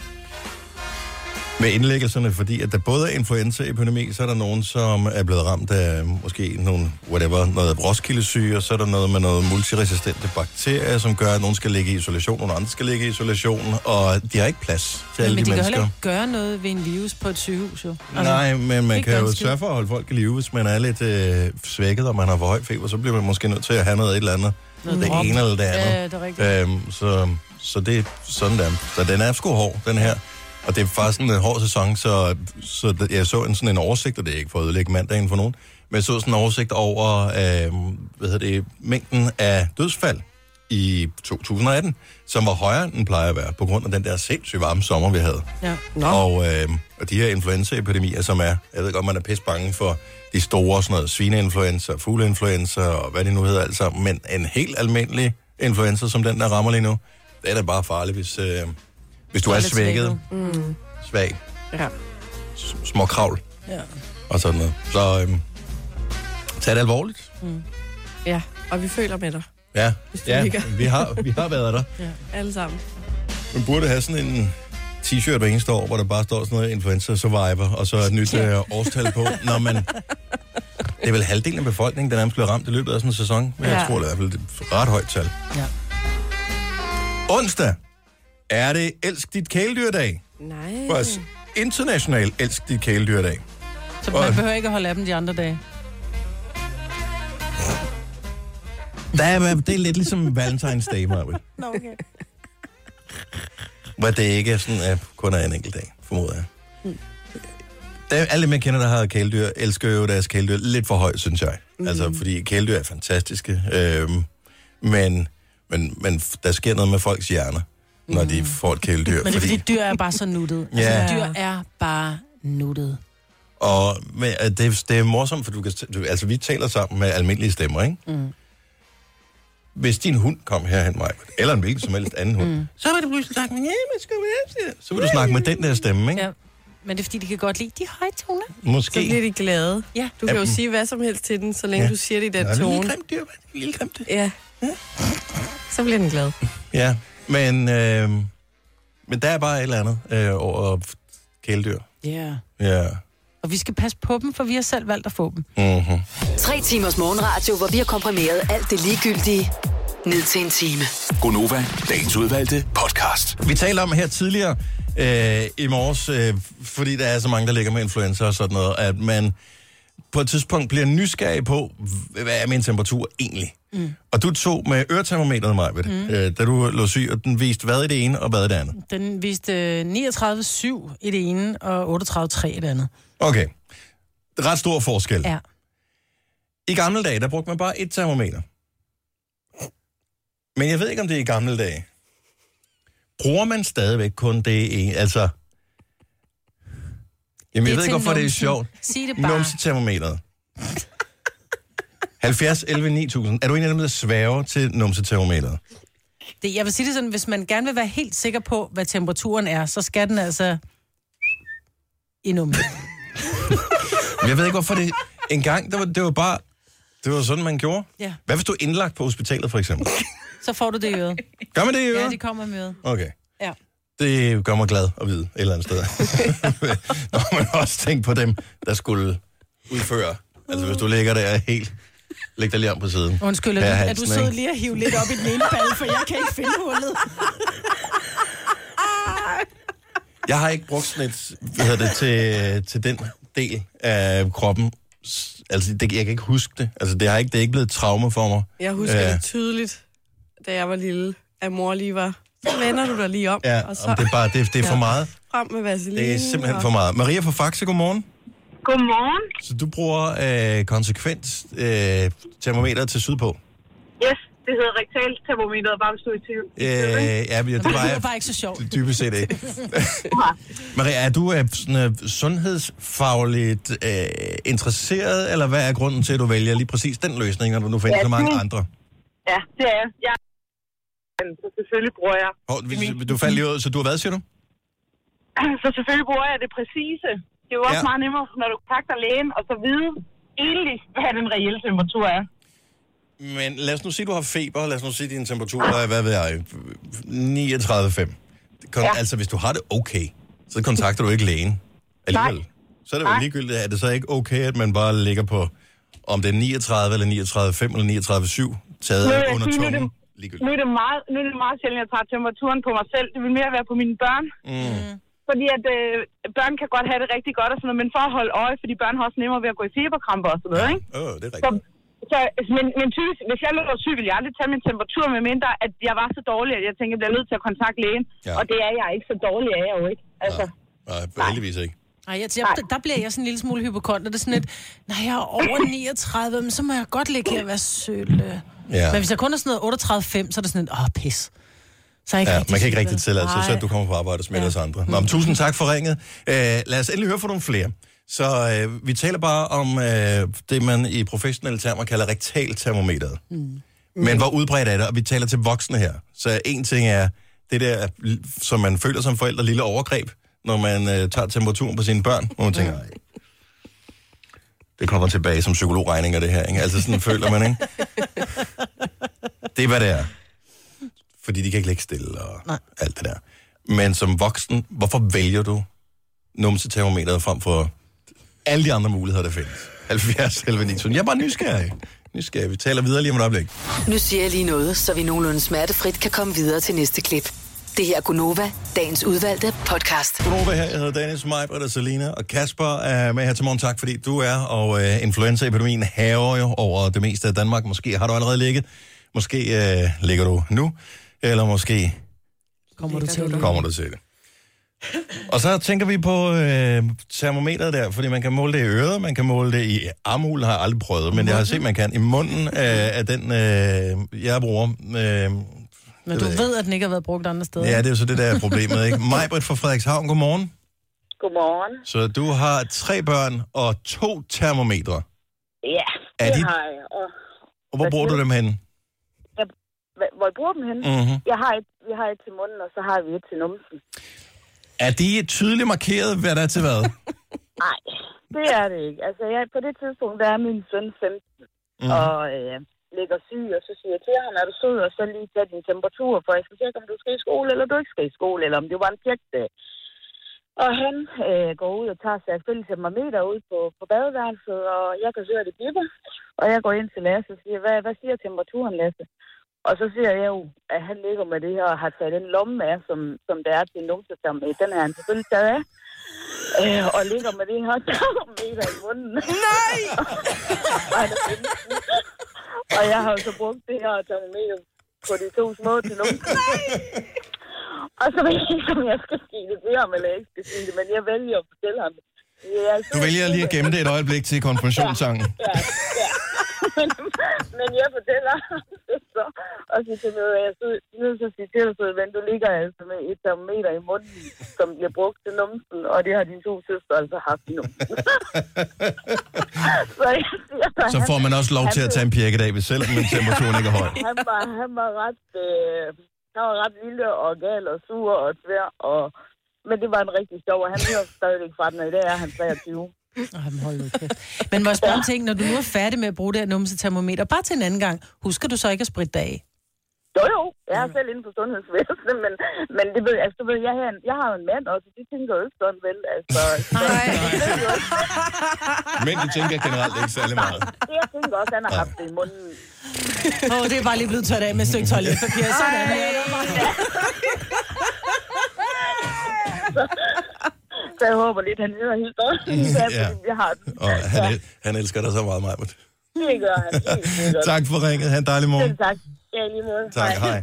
med indlæggelserne, fordi at der både er influenzaepidemi, så er der nogen, som er blevet ramt af måske nogle, whatever, noget Roskildesyge, og så er der noget med noget multiresistente bakterier, som gør, at nogen skal ligge i isolation, og andre skal ligge i isolation, og de har ikke plads til alle Men de de kan mennesker. heller ikke gøre noget ved en virus på et sygehus, jo. Altså, Nej, men man ikke kan jo ganske. sørge for at holde folk i live, hvis man er lidt øh, svækket, og man har for høj feber, så bliver man måske nødt til at have noget et eller andet. Noget det drop. ene eller det andet. Ja, det er rigtigt. Øhm, så, så det er sådan der. Så den er sgu hård, den her. Og det er faktisk en hård sæson, så, så det- jeg så en, sådan en oversigt, og det er ikke for at ødelægge mandagen for nogen, men jeg så sådan en oversigt over øhm, hvad hedder det, mængden af dødsfald i to tusind atten, som var højere, end den plejer at være, på grund af den der sindssygt varme sommer, vi havde. Ja. Nå. Og, øh, og de her influenzaepidemier, som er, jeg ved godt, man er pisse bange for de store, sådan noget svineinfluenza, fugleinfluenza og hvad det nu hedder alt sammen, men en helt almindelig influenza, som den, der rammer lige nu, det er da bare farligt, hvis, øh, hvis du er lidt svækket, Mm. svag, Ja. s- små kravl Ja. og sådan noget. Så øh, tag det alvorligt. Ja, og vi føler med dig. Ja, Hvis du ja ligger. vi, har, vi har været der. Alle sammen. Man burde have sådan en t-shirt hver eneste år, hvor der bare står sådan noget influenza survivor, og så et nyt øh, årstal på. Når man, det er vel halvdelen af befolkningen, der nærmest bliver ramt i løbet af sådan en sæson. Men ja. Jeg Ja. tror, det er i hvert fald et ret højt tal. Ja. Onsdag er det Elsk dit kæledyrdag. Nej. Vores international Elsk dit kæledyrdag. Så Og- man behøver ikke at holde af dem de andre dage. Der er, det er lidt ligesom Valentine's Day, Marvind. Nå, okay. Hvor det ikke er sådan, at kun er en enkelt dag, formoder jeg. Mm. Der er alle dem, jeg kender, der har kæledyr, elsker jo deres kæledyr lidt for højt, synes jeg. Mm. Altså, fordi kæledyr er fantastiske. Øhm, men, men, men der sker noget med folks hjerner, når mm. de får et kæledyr. Men det er fordi, dyr er bare så nuttet. Ja. Altså, dyr er bare nuttet. Og men, øh, det, er- det er morsomt, for du kan, du, altså, vi taler sammen med almindelige stemmer, ikke? Mm. Hvis din hund kom herhen, Maj, eller en hvilken som helst anden hund, mm. så vil du pludselig snakke med, ja, man skal være, så vil du snakke med den der stemme, ikke? Ja. Men det er fordi, de kan godt lide de høje toner. Måske. Så bliver de glade. Ja. Du kan jo Jamen. sige hvad som helst til den, så længe Ja. du siger det i den Ja, det er tone. lille grimt dyr, hvad? Lille grimt dyr. Ja. Så bliver den glad. Ja, men, øh, men der er bare et eller andet øh, over kæledyr. Ja. Ja. Og vi skal passe på dem, for vi har selv valgt at få dem. Mm-hmm. Tre timers morgenradio, hvor vi har komprimeret alt det ligegyldige ned til en time. Gonova, dagens udvalgte podcast. Vi talte om her tidligere øh, i morges, øh, fordi der er så mange, der ligger med influenza og sådan noget, at man på et tidspunkt bliver nysgerrig på, hvad er min temperatur egentlig? Mm. Og du tog med øretermometeret, Maja, mm. øh, da du lå syg, og den viste hvad i det ene og hvad i det andet. Den viste niogtredive komma syv i det ene og otteogtredive komma tre i det andet. Okay. Ret stor forskel. Ja. I gamle dage, der brugte man bare et termometer. Men jeg ved ikke, om det er i gamle dage. Bruger man stadigvæk kun det ene? Altså... Jamen, jeg ved til ikke, hvorfor det er numsen. sjovt. Sig det bare. Numsetermometeret. halvfjerds elleve ni tusind. Er du en af dem, der sværger til numsetermometeret? Det, jeg vil sige det sådan, hvis man gerne vil være helt sikker på, hvad temperaturen er, så skal den altså i nummer. Men jeg ved ikke, hvorfor det... En gang, det var, det var bare... Det var sådan, man gjorde. Ja. Hvad hvis du er indlagt på hospitalet, for eksempel? Så får du det i øret. Gør man det i øret? Ja, de kommer med øret. Okay. Ja. Det gør mig glad at vide et eller andet sted. Når man også tænker på dem, der skulle udføre. Altså, hvis du ligger der helt... Læg dig lige om på siden. Undskyld, Per er du, er Hansen, du sød ikke? lige at hive lidt op i den ene bad, for jeg kan ikke finde hullet. Jeg har ikke brugt sådan et, hvad hedder det, til, til den del af kroppen. S- Altså, det, jeg kan ikke huske det. Altså, det, har ikke, det er ikke blevet et traume for mig. Jeg husker Ja. det tydeligt, da jeg var lille, at mor lige var, så vender du dig lige om, Ja, og så om det er bare, det, det er for meget. frem med vaseline. Det er simpelthen og... for meget. Maria fra Faxe, godmorgen. Godmorgen. Så du bruger øh, konsekvent øh, termometer til sydpå? Yes, Det hedder rektaltermometeret, bare hvis du er i tvivl. Øh, ja, men det var Det jeg var bare ikke så sjovt. dybest set ikke. Maria, er du øh, sådan, øh, sundhedsfagligt øh, interesseret, eller hvad er grunden til, at du vælger lige præcis den løsning, når du nu finder Ja, så mange det- andre? Ja, det er jeg. jeg. Så selvfølgelig bruger jeg. Hov, vi- du faldt lige ud, så du har hvad, siger du? Så selvfølgelig bruger jeg det præcise. Det er jo også Ja. meget nemmere, når du kontakter lægen, og så vide egentlig, hvad den reelle temperatur er. Men lad os nu sige, at du har feber. Lad os nu sige, at din temperatur er, hvad ved jeg, niogtredive komma fem. Ja. Altså, hvis du har det okay, så kontakter du ikke lægen alligevel. Nej. Så er det jo ligegyldigt. Er det så ikke okay, at man bare ligger på, om det er niogtredive eller niogtredive komma fem eller niogtredive komma syv, taget Nu vil jeg under sige, nu er tungen? det- Nu er, det meget, nu er det meget sjældent, at jeg tager temperaturen på mig selv. Det vil mere være på mine børn. Mm. Fordi at øh, børn kan godt have det rigtig godt og sådan noget, men for at holde øje, fordi børn har også nemmere ved at gå i feberkramper og sådan noget, ikke? Åh, oh, det er Så, rigtigt. så, men, men typisk, hvis jeg lå syg, ville jeg aldrig tage min temperatur, med mindre at jeg var så dårlig, at jeg tænkte, at jeg bliver nødt til at kontakte lægen. Ja. Og det er jeg ikke, så dårlig er jeg jo ikke. Altså, Nej, heldigvis ikke. Ej, jeg, jeg, der bliver jeg sådan en lille smule hypokonder. Det er sådan lidt, nej, jeg er over niogtredive, men så må jeg godt ligge her og være søl. Ja. Men hvis jeg kun er sådan noget otteogtredive komma fem, så er det sådan lidt, åh, pis. Så er jeg Ja, rigtig man kan ikke syg, rigtig vel? tillade sig, så Nej. at du kommer på arbejde og smitter Ja. os andre. Nå, men tusind tak for ringet. Øh, lad os endelig høre fra nogle flere. Så øh, vi taler bare om øh, det, man i professionelle termer kalder rektaltermometeret. Mm. Men hvor udbredt er det? Og vi taler til voksne her. Så en ting er det der, som man føler som forældre, lille overgreb, når man øh, tager temperaturen på sine børn, hvor man tænker, nej, det kommer tilbage som psykologregninger, det her, ikke? Altså sådan føler man, ikke? Det er, hvad det er. Fordi de kan ikke ligge stille og Nej. alt det der. Men som voksen, hvorfor vælger du numsetermometeret frem for alle de andre muligheder, der findes? halvfjerds elleve ni tusind. Jeg er bare nysgerrig. Nysgerrig. Vi taler videre lige om et øjeblik. Nu siger jeg lige noget, så vi nogenlunde smertefrit kan komme videre til næste klip. Det her er Gunova, dagens udvalgte podcast. Godnova her, jeg hedder Dennis, Majbert og Selina, og Kasper er med her til morgen. Tak fordi du er, og uh, influenzaepidemien hærger jo over det meste af Danmark. Måske har du allerede ligget, måske uh, ligger du nu, eller måske Kommer du til det? kommer du til det. Og så tænker vi på øh, termometeret der, fordi man kan måle det i øret, man kan måle det i armhulen, har jeg aldrig prøvet, men jeg har set, man kan i munden af, af den, øh, jeg bruger. Øh, Men du ved, at den ikke har været brugt andre steder. ja, det er jo så det, der er problemet, ikke? Majbert fra Frederikshavn, godmorgen. godmorgen. Så du har tre børn og to termometre. Ja, Er det de- har jeg. Og, Og hvor bruger du dem henne? jeg, hva- hvor jeg bruger dem henne? Mm-hmm. Jeg har, et, jeg har et til munden, og så har vi et til numsen. Er de tydeligt markeret, hvad der er til hvad? Nej, det er det ikke. Altså, jeg, på det tidspunkt, der er min søn femten, Mm. og øh, ligger syg, og så siger jeg til ham, er du sød, og så lige tage din temperatur, for jeg skal tjekke, om du skal i skole, eller du ikke skal i skole, eller om det var en pjekdag. Og han øh, går ud og tager sig selvfølgelig termometer ud på, på badeværelset, og jeg kan høre, det bipper. Og jeg går ind til Lasse og siger, hvad, hvad siger temperaturen, Lasse? Og så siger jeg jo, at han ligger med det her og har taget den lomme af, som, som der er til en numsetermometer. Den har han selvfølgelig taget af. Øh, og ligger med det her termometer i munden. Nej! Og jeg har jo så brugt det her termometer på de to små til numsen. Og så ved jeg ikke, om jeg skal sige det til ham, eller jeg ikke skal sige det, men jeg vælger at fortælle ham. Jeg Du vælger lige at gemme det et øjeblik til konfirmationssangen. Ja, ja. Men, men jeg fortæller ham det så, og siger til mig, at jeg er nødt til at sige til dig, men du ligger altså med et termometer i munden, som bliver brugt til numsen, og det har dine to søstre altså haft i numsen. så, jeg siger, så, Så får han, man også lov til at tage en pjekkedag, hvis selvom min temperaturen ikke er høj. han var, han var ret, øh, han var ret lille og gal og sur og svær, og, men det var en rigtig sjov, og han hører stadigvæk fra den, og i dag er han treogtyve. Ej, men hold nu kæft. Men må jeg spørge en ting, når du nu er færdig med at bruge det her numsetermometer, bare til en anden gang, husker du så ikke at spritte dig af? Jo, jo. Jeg er selv inde på sundhedsvæsenet, men, men det ved, altså, du ved, jeg, har en, jeg har jo en mand også, og de tænker jo ikke sådan, vel? Altså, Nej. Men de tænker generelt ikke særlig meget. det, jeg tænker også, han har haft det i munden. Åh, oh, det er bare lige blevet tørt af med et stykke toiletpapir. Sådan er det. Så jeg håber lidt, han hører helt godt. Ja. Jeg har den. Og han, el- han elsker dig så meget, Majbert. Det gør han. Helt sikkert. Tak for ringet. Ha' en dejlig morgen. Selv tak. Ja, lige måde. Tak, hej.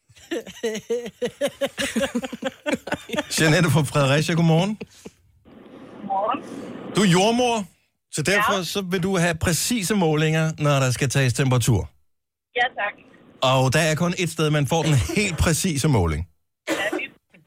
Jeanette fra Fredericia, godmorgen. Godmorgen. Du er jordmor, så derfor så vil du have præcise målinger, når der skal tages temperatur. Ja, tak. Og der er kun et sted, man får den helt præcise måling. Ja, vi,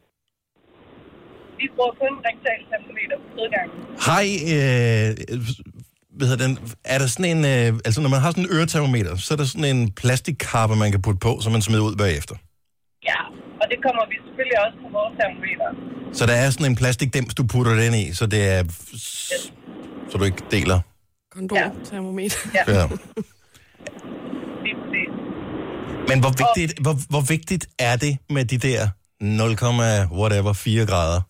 vi bruger kun rektal termometer på udgangen. Har I, øh, hvad hedder den, er der sådan en, øh, altså når man har sådan en øretermometer, så er der sådan en plastikkappe, man kan putte på, som man smider ud bagefter. Ja, og det kommer vi selvfølgelig også på vores termometer. Så der er sådan en plastikdims, du putter den i, så det er, Yes. så du ikke deler. Kondomtermometer. Ja. Ja. Lige præcis. Men hvor vigtigt, hvor, hvor vigtigt er det med de der nul, whatever, fire grader?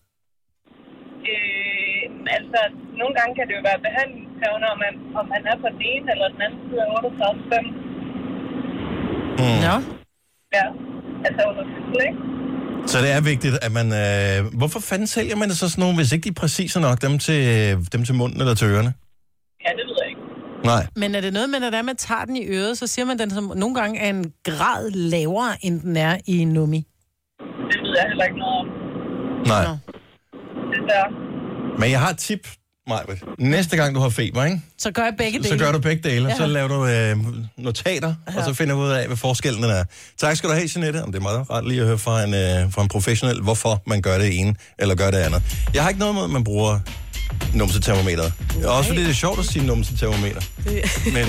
Øh, altså, nogle gange kan det jo være behandlingskrævende, om man, om man er på den ene eller den anden side af otteogtredive komma fem. Hmm. Ja. Ja, altså under fylden, ikke? Så det er vigtigt, at man... Øh, hvorfor fanden sælger man det så sådan nogle, hvis ikke de er præcise nok, dem til, dem til munden eller til ørerne? Ja, det ved jeg ikke. Nej. Men er det noget med, når der man tager den i øret, så siger man, den som nogle gange er en grad lavere, end den er i nummi? Det ved jeg heller ikke noget om. Nej. Nå. Det der. Men jeg har et tip, Majbert. Næste gang, du har feber, ikke? Så gør jeg begge dele. Så gør du begge dele, og så Ja. laver du øh, notater, ja. og så finder du ud af, hvad forskellen er. Tak skal du have, Jeanette. Det er meget ret lige at høre fra en, øh, fra en professionel, hvorfor man gør det ene, eller gør det andet. Jeg har ikke noget mod, at man bruger numsetermometer. Også fordi det er sjovt at sige numsetermometer. Men,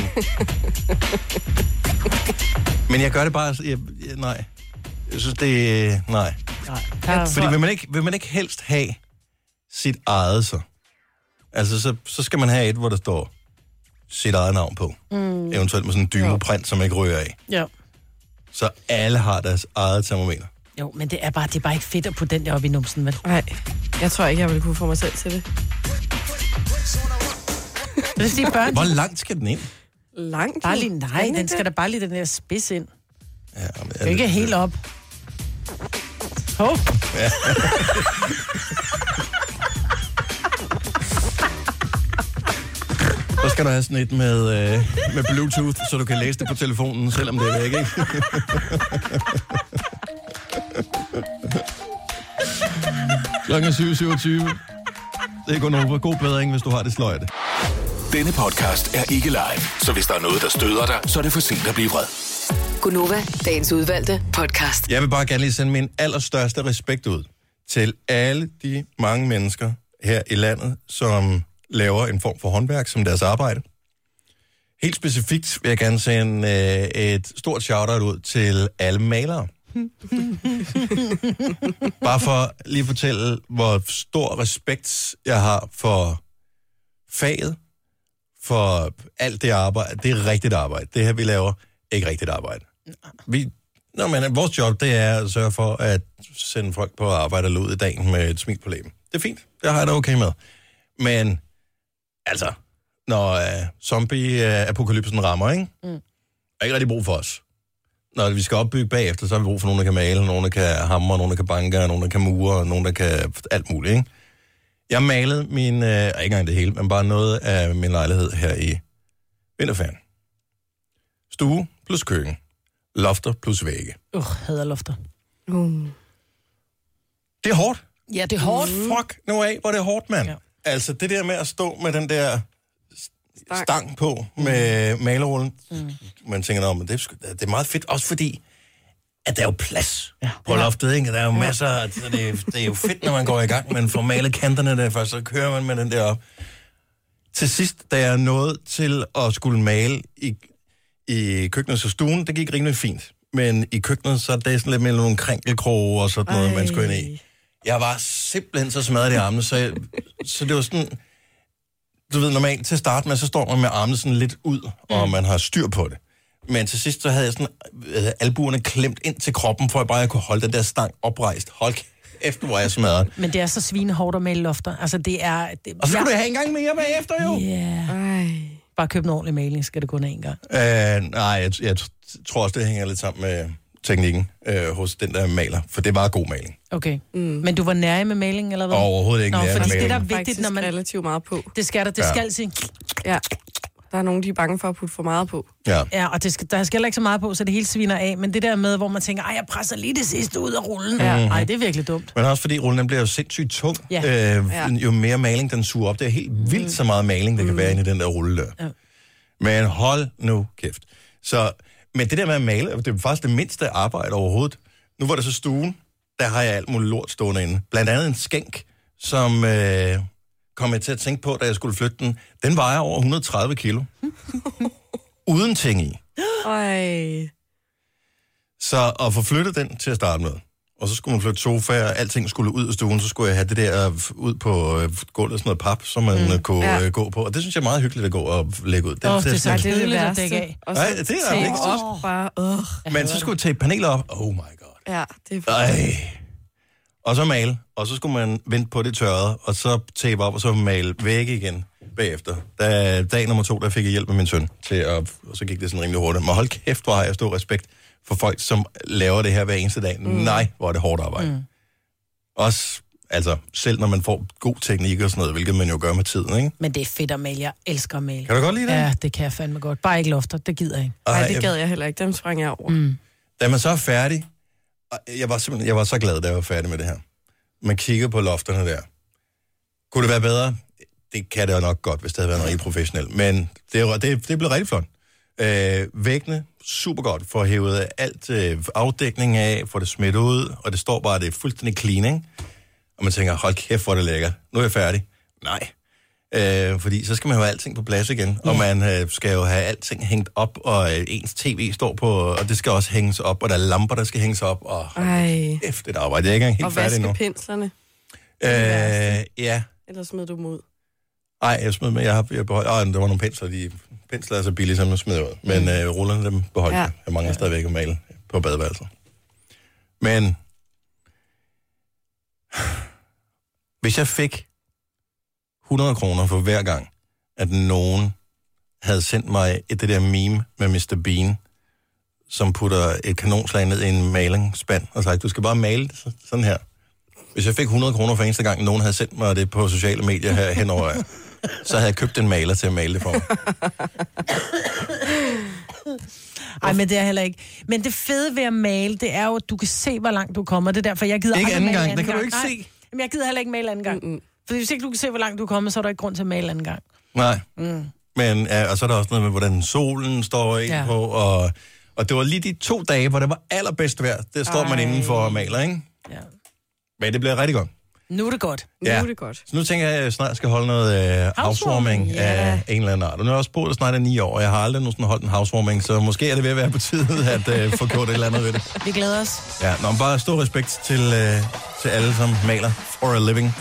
men jeg gør det bare... Jeg, jeg, nej. Jeg synes, det er... Nej. Nej. Fordi vil man, ikke, vil man ikke helst have sit eget så? Altså, så, så skal man have et, hvor der står sit eget navn på. Mm. Eventuelt med sådan en dymoprint, som ikke rører af. Ja. Så alle har deres eget termometer. Jo, men det er bare, det er bare ikke fedt at putte den der op i numsen, vel? Nej, jeg tror ikke, jeg vil kunne få mig selv til det. Det er sige børn. Hvor langt skal den ind? Langt? Bare lige, nej, den skal da bare lige den der spids ind. Ja, men, Det er ikke helt op. Hov. Ja. Så skal du have sådan et med, øh, med Bluetooth, så du kan læse det på telefonen, selvom det er væk, ikke? Klokken er syv syvogtyve. Det er Gonova. God bedring, hvis du har det sløjt. Denne podcast er ikke live, så hvis der er noget, der støder dig, så er det for sent at blive vred. Gunova, dagens udvalgte podcast. Jeg vil bare gerne lige sende min allerstørste respekt ud til alle de mange mennesker her i landet, som laver en form for håndværk som deres arbejde. Helt specifikt vil jeg gerne sende øh, et stort shout-out ud til alle malere. Bare for lige at fortælle, hvor stor respekt jeg har for faget, for alt det arbejde. Det er rigtigt arbejde. Det her, vi laver, ikke rigtigt arbejde. Vi, nå, men vores job, det er at sørge for at sende folk på arbejde eller ud i dagen med et smil på læben. Det er fint. Det har jeg da okay med. Men, altså, når uh, zombie-apokalypsen rammer, ikke? Mm. er ikke rigtig brug for os. Når vi skal opbygge bagefter, så har vi brug for nogen, der kan male, nogen, der kan hamre, nogen, der kan banke, nogen, der kan mure, nogen, der kan alt muligt, ikke? Jeg malede min, øh, ikke engang det hele, men bare noget af min lejlighed her i vinterferien. Stue plus køkken. Lofter plus vægge. Uh, hader lofter. Mm. Det er hårdt. Ja, det er hårdt. Fuck nu af, hvor det er hårdt, mand. Ja. Altså, det der med at stå med den der stang, stang på med mm. malerrullen, mm. man tænker, om det, det er meget fedt, også fordi, at der er jo plads ja. på loftet, ikke? Der er jo masser, ja. så det, det er jo fedt, når man går i gang, man får malet kanterne der først, så kører man med den der op. Til sidst, da jeg nåede til at skulle male i, i køkkenet og stuen, det gik rimelig fint. Men i køkkenet, så er det sådan lidt med nogle krænkelkroge og sådan noget, Ej. man skulle ind i. Jeg var simpelthen så smadret i armene, så, jeg, så det var sådan... Du ved, normalt til at starte med, så står man med armene sådan lidt ud, og mm. man har styr på det. Men til sidst, så havde jeg sådan øh, albuerne klemt ind til kroppen, for at bare jeg kunne holde den der stang oprejst. Hold efter, hvor jeg smadret. Men det er så svinehårdt at male lofter. Altså, det er... Det, og så skal ja. du have en gang mere bagefter, jo. Ja. Yeah. Bare køb en ordentlig maling, skal det kun en gang. Øh, nej, jeg, jeg tror også, det hænger lidt sammen med teknikken øh, hos den der maler, for det var god maling. Okay. Mm. Men du var nær med maling, eller hvad? Overhovedet ikke Nå, nær med maling. Det er der vigtigt, når man relativt meget på. Det skal der, det ja. skal sige. Ja. Der er nogen, de er bange for at putte for meget på. Ja, ja og det skal, der skal heller ikke så meget på, så det hele sviner af. Men det der med, hvor man tænker, ej, jeg presser lige det sidste ud af rullen. Ja. Mm-hmm. Ej, det er virkelig dumt. Men også fordi rullen den bliver jo sindssygt tung. Ja. Øh, ja. Jo mere maling den suger op. Det er helt vildt så meget maling, der mm. kan være inde i den der rulle der. Ja. Men hold nu kæft. Så, Men det der med at male, det er faktisk det mindste arbejde overhovedet. Nu var det så stuen, der har jeg alt muligt lort stående inde. Blandt andet en skænk, som øh, kom jeg til at tænke på, da jeg skulle flytte den. Den vejer over et hundrede og tredive kilo. Uden ting i. Ej. Så at få flyttet den til at starte med, og så skulle man flytte sofaer, og alting skulle ud af stuen, så skulle jeg have det der ud på øh, gulvet, sådan noget pap, som man mm. kunne ja. øh, gå på. Og det synes jeg er meget hyggeligt at gå og lægge ud. Det, oh, det, det, det, det, det er det det værste. af. Nej, det er ikke op, bare, uh. Men så skulle jeg tage paneler op. Oh my god. Ja, det er Ej. Og så male, og så skulle man vente på det tørrede, og så tape op, og så male væk igen bagefter. Da, dag nummer to, der fik jeg hjælp med min søn til at, og så gik det sådan rimelig hurtigt. Men hold kæft, hvor har jeg stor respekt for folk, som laver det her hver eneste dag. Mm. Nej, hvor er det hårdt arbejde. Mm. Også, altså, selv når man får god teknik og sådan noget, hvilket man jo gør med tiden, ikke? Men det er fedt at male. Jeg elsker at male. Kan du godt lide det? Ja, det kan jeg fandme godt. Bare ikke lofter, det gider jeg ikke. Nej, det gad jeg heller ikke. Dem sprang jeg over. Mm. Da man så er færdig, jeg var simpelthen, jeg var så glad, da jeg var færdig med det her. Man kigger på lofterne der. Kunne det være bedre? Det kan det jo nok godt, hvis det havde været en rigtig professionel. Men det, det, det blev rigtig flot. Øh, væggene, super godt. For at hæve alt øh, afdækning af, få det smidt ud, og det står bare, det er fuldstændig clean, ikke? Og man tænker, hold kæft, hvor er det lækker. Nu er jeg færdig. Nej. Øh, fordi så skal man have alting på plads igen, ja. Og man øh, skal jo have alting hængt op, og øh, ens tv står på, og det skal også hænges op, og der er lamper, der skal hænges op, og hold kæft, det arbejde. Jeg er ikke engang helt og færdig nu. Og vaske penslerne. Øh, ja. Eller smed du dem ud? Nej, jeg smed med, jeg har jeg beholdt, åh, der var nogle pensler, de pensler er så billige, som jeg smed ud. Men mm. øh, rullerne, dem beholdt ja. jeg. Jeg mangler stadigvæk at male på badeværelset. Men hvis jeg fik hundrede kroner for hver gang, at nogen havde sendt mig et det der meme med mister Bean, som putter et kanonslag ned i en malingsspand og sagt, du skal bare male det sådan her. Hvis jeg fik hundrede kroner for eneste gang, nogen havde sendt mig det på sociale medier her henover, så havde jeg købt en maler til at male det for mig. Ej, men det er heller ikke. Men det fede ved at male, det er jo, at du kan se, hvor langt du kommer. Det er derfor, jeg gider ikke anden gang. Anden det kan gang. du ikke Nej. se. Men jeg gider heller ikke male anden gang. Mm-mm. For hvis ikke du kan se, hvor langt du kommer, så er der ikke grund til at male anden gang. Nej. Mm. Men, ja, og så er der også noget med, hvordan solen står ind ja. på, og, og det var lige de to dage, hvor det var allerbedst vejr. Det står Ej. man indenfor og maler, ikke? Ja. Men det bliver rigtig godt. Nu er det godt. Ja. Nu er det godt. Så nu tænker jeg, at jeg snart skal holde noget øh, housewarming ja. af en eller anden art. Og nu har jeg også boet snart i ni år, og jeg har aldrig nogensinde holdt en housewarming, så måske er det ved at være på tide at øh, få gjort et eller andet ved det. Vi glæder os. Ja, nå, bare stor respekt til, øh, til alle, som maler for a living.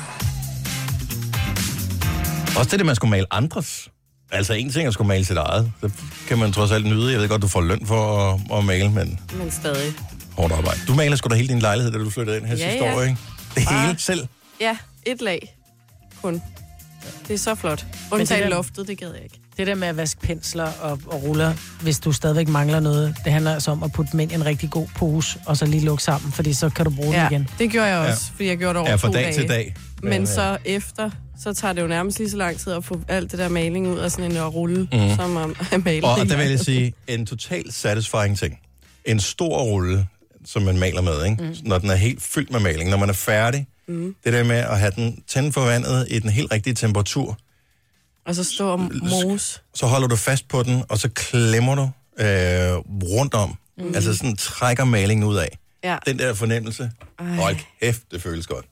Også det, at man skulle male andres. Altså en ting at skulle male sit eget. Det kan man trods alt nyde. Jeg ved godt, du får løn for at, at male, men... Men stadig. Hårdt arbejde. Du maler sgu da hele din lejlighed, da du flyttede ind her ja, sidste ja. år, ikke? Det Bare... hele selv? Ja, et lag. Kun. Det er så flot. Undtagen loftet, det gad jeg ikke. Det der med at vaske pensler og, og ruller, hvis du stadigvæk mangler noget, det handler altså om at putte dem ind i en rigtig god pose, og så lige lukke sammen, fordi så kan du bruge ja, den igen. det gjorde jeg også, ja. fordi jeg gjorde det over ja, fra to dag dage. til dag. Men ja. så efter, så tager det jo nærmest lige så lang tid at få alt det der maling ud af sådan en rulle, mm. som om at male. Og der vil jeg sige, en totalt satisfying ting. En stor rulle, som man maler med, ikke? Mm. Når den er helt fyldt med maling. Når man er færdig, mm. det der med at have den tændt for vandet i den helt rigtige temperatur. Og så stå og mose. Så holder du fast på den, og så klemmer du øh, rundt om. Mm. Altså sådan trækker malingen ud af. Ja. Den der fornemmelse. Hold kæft, det føles godt.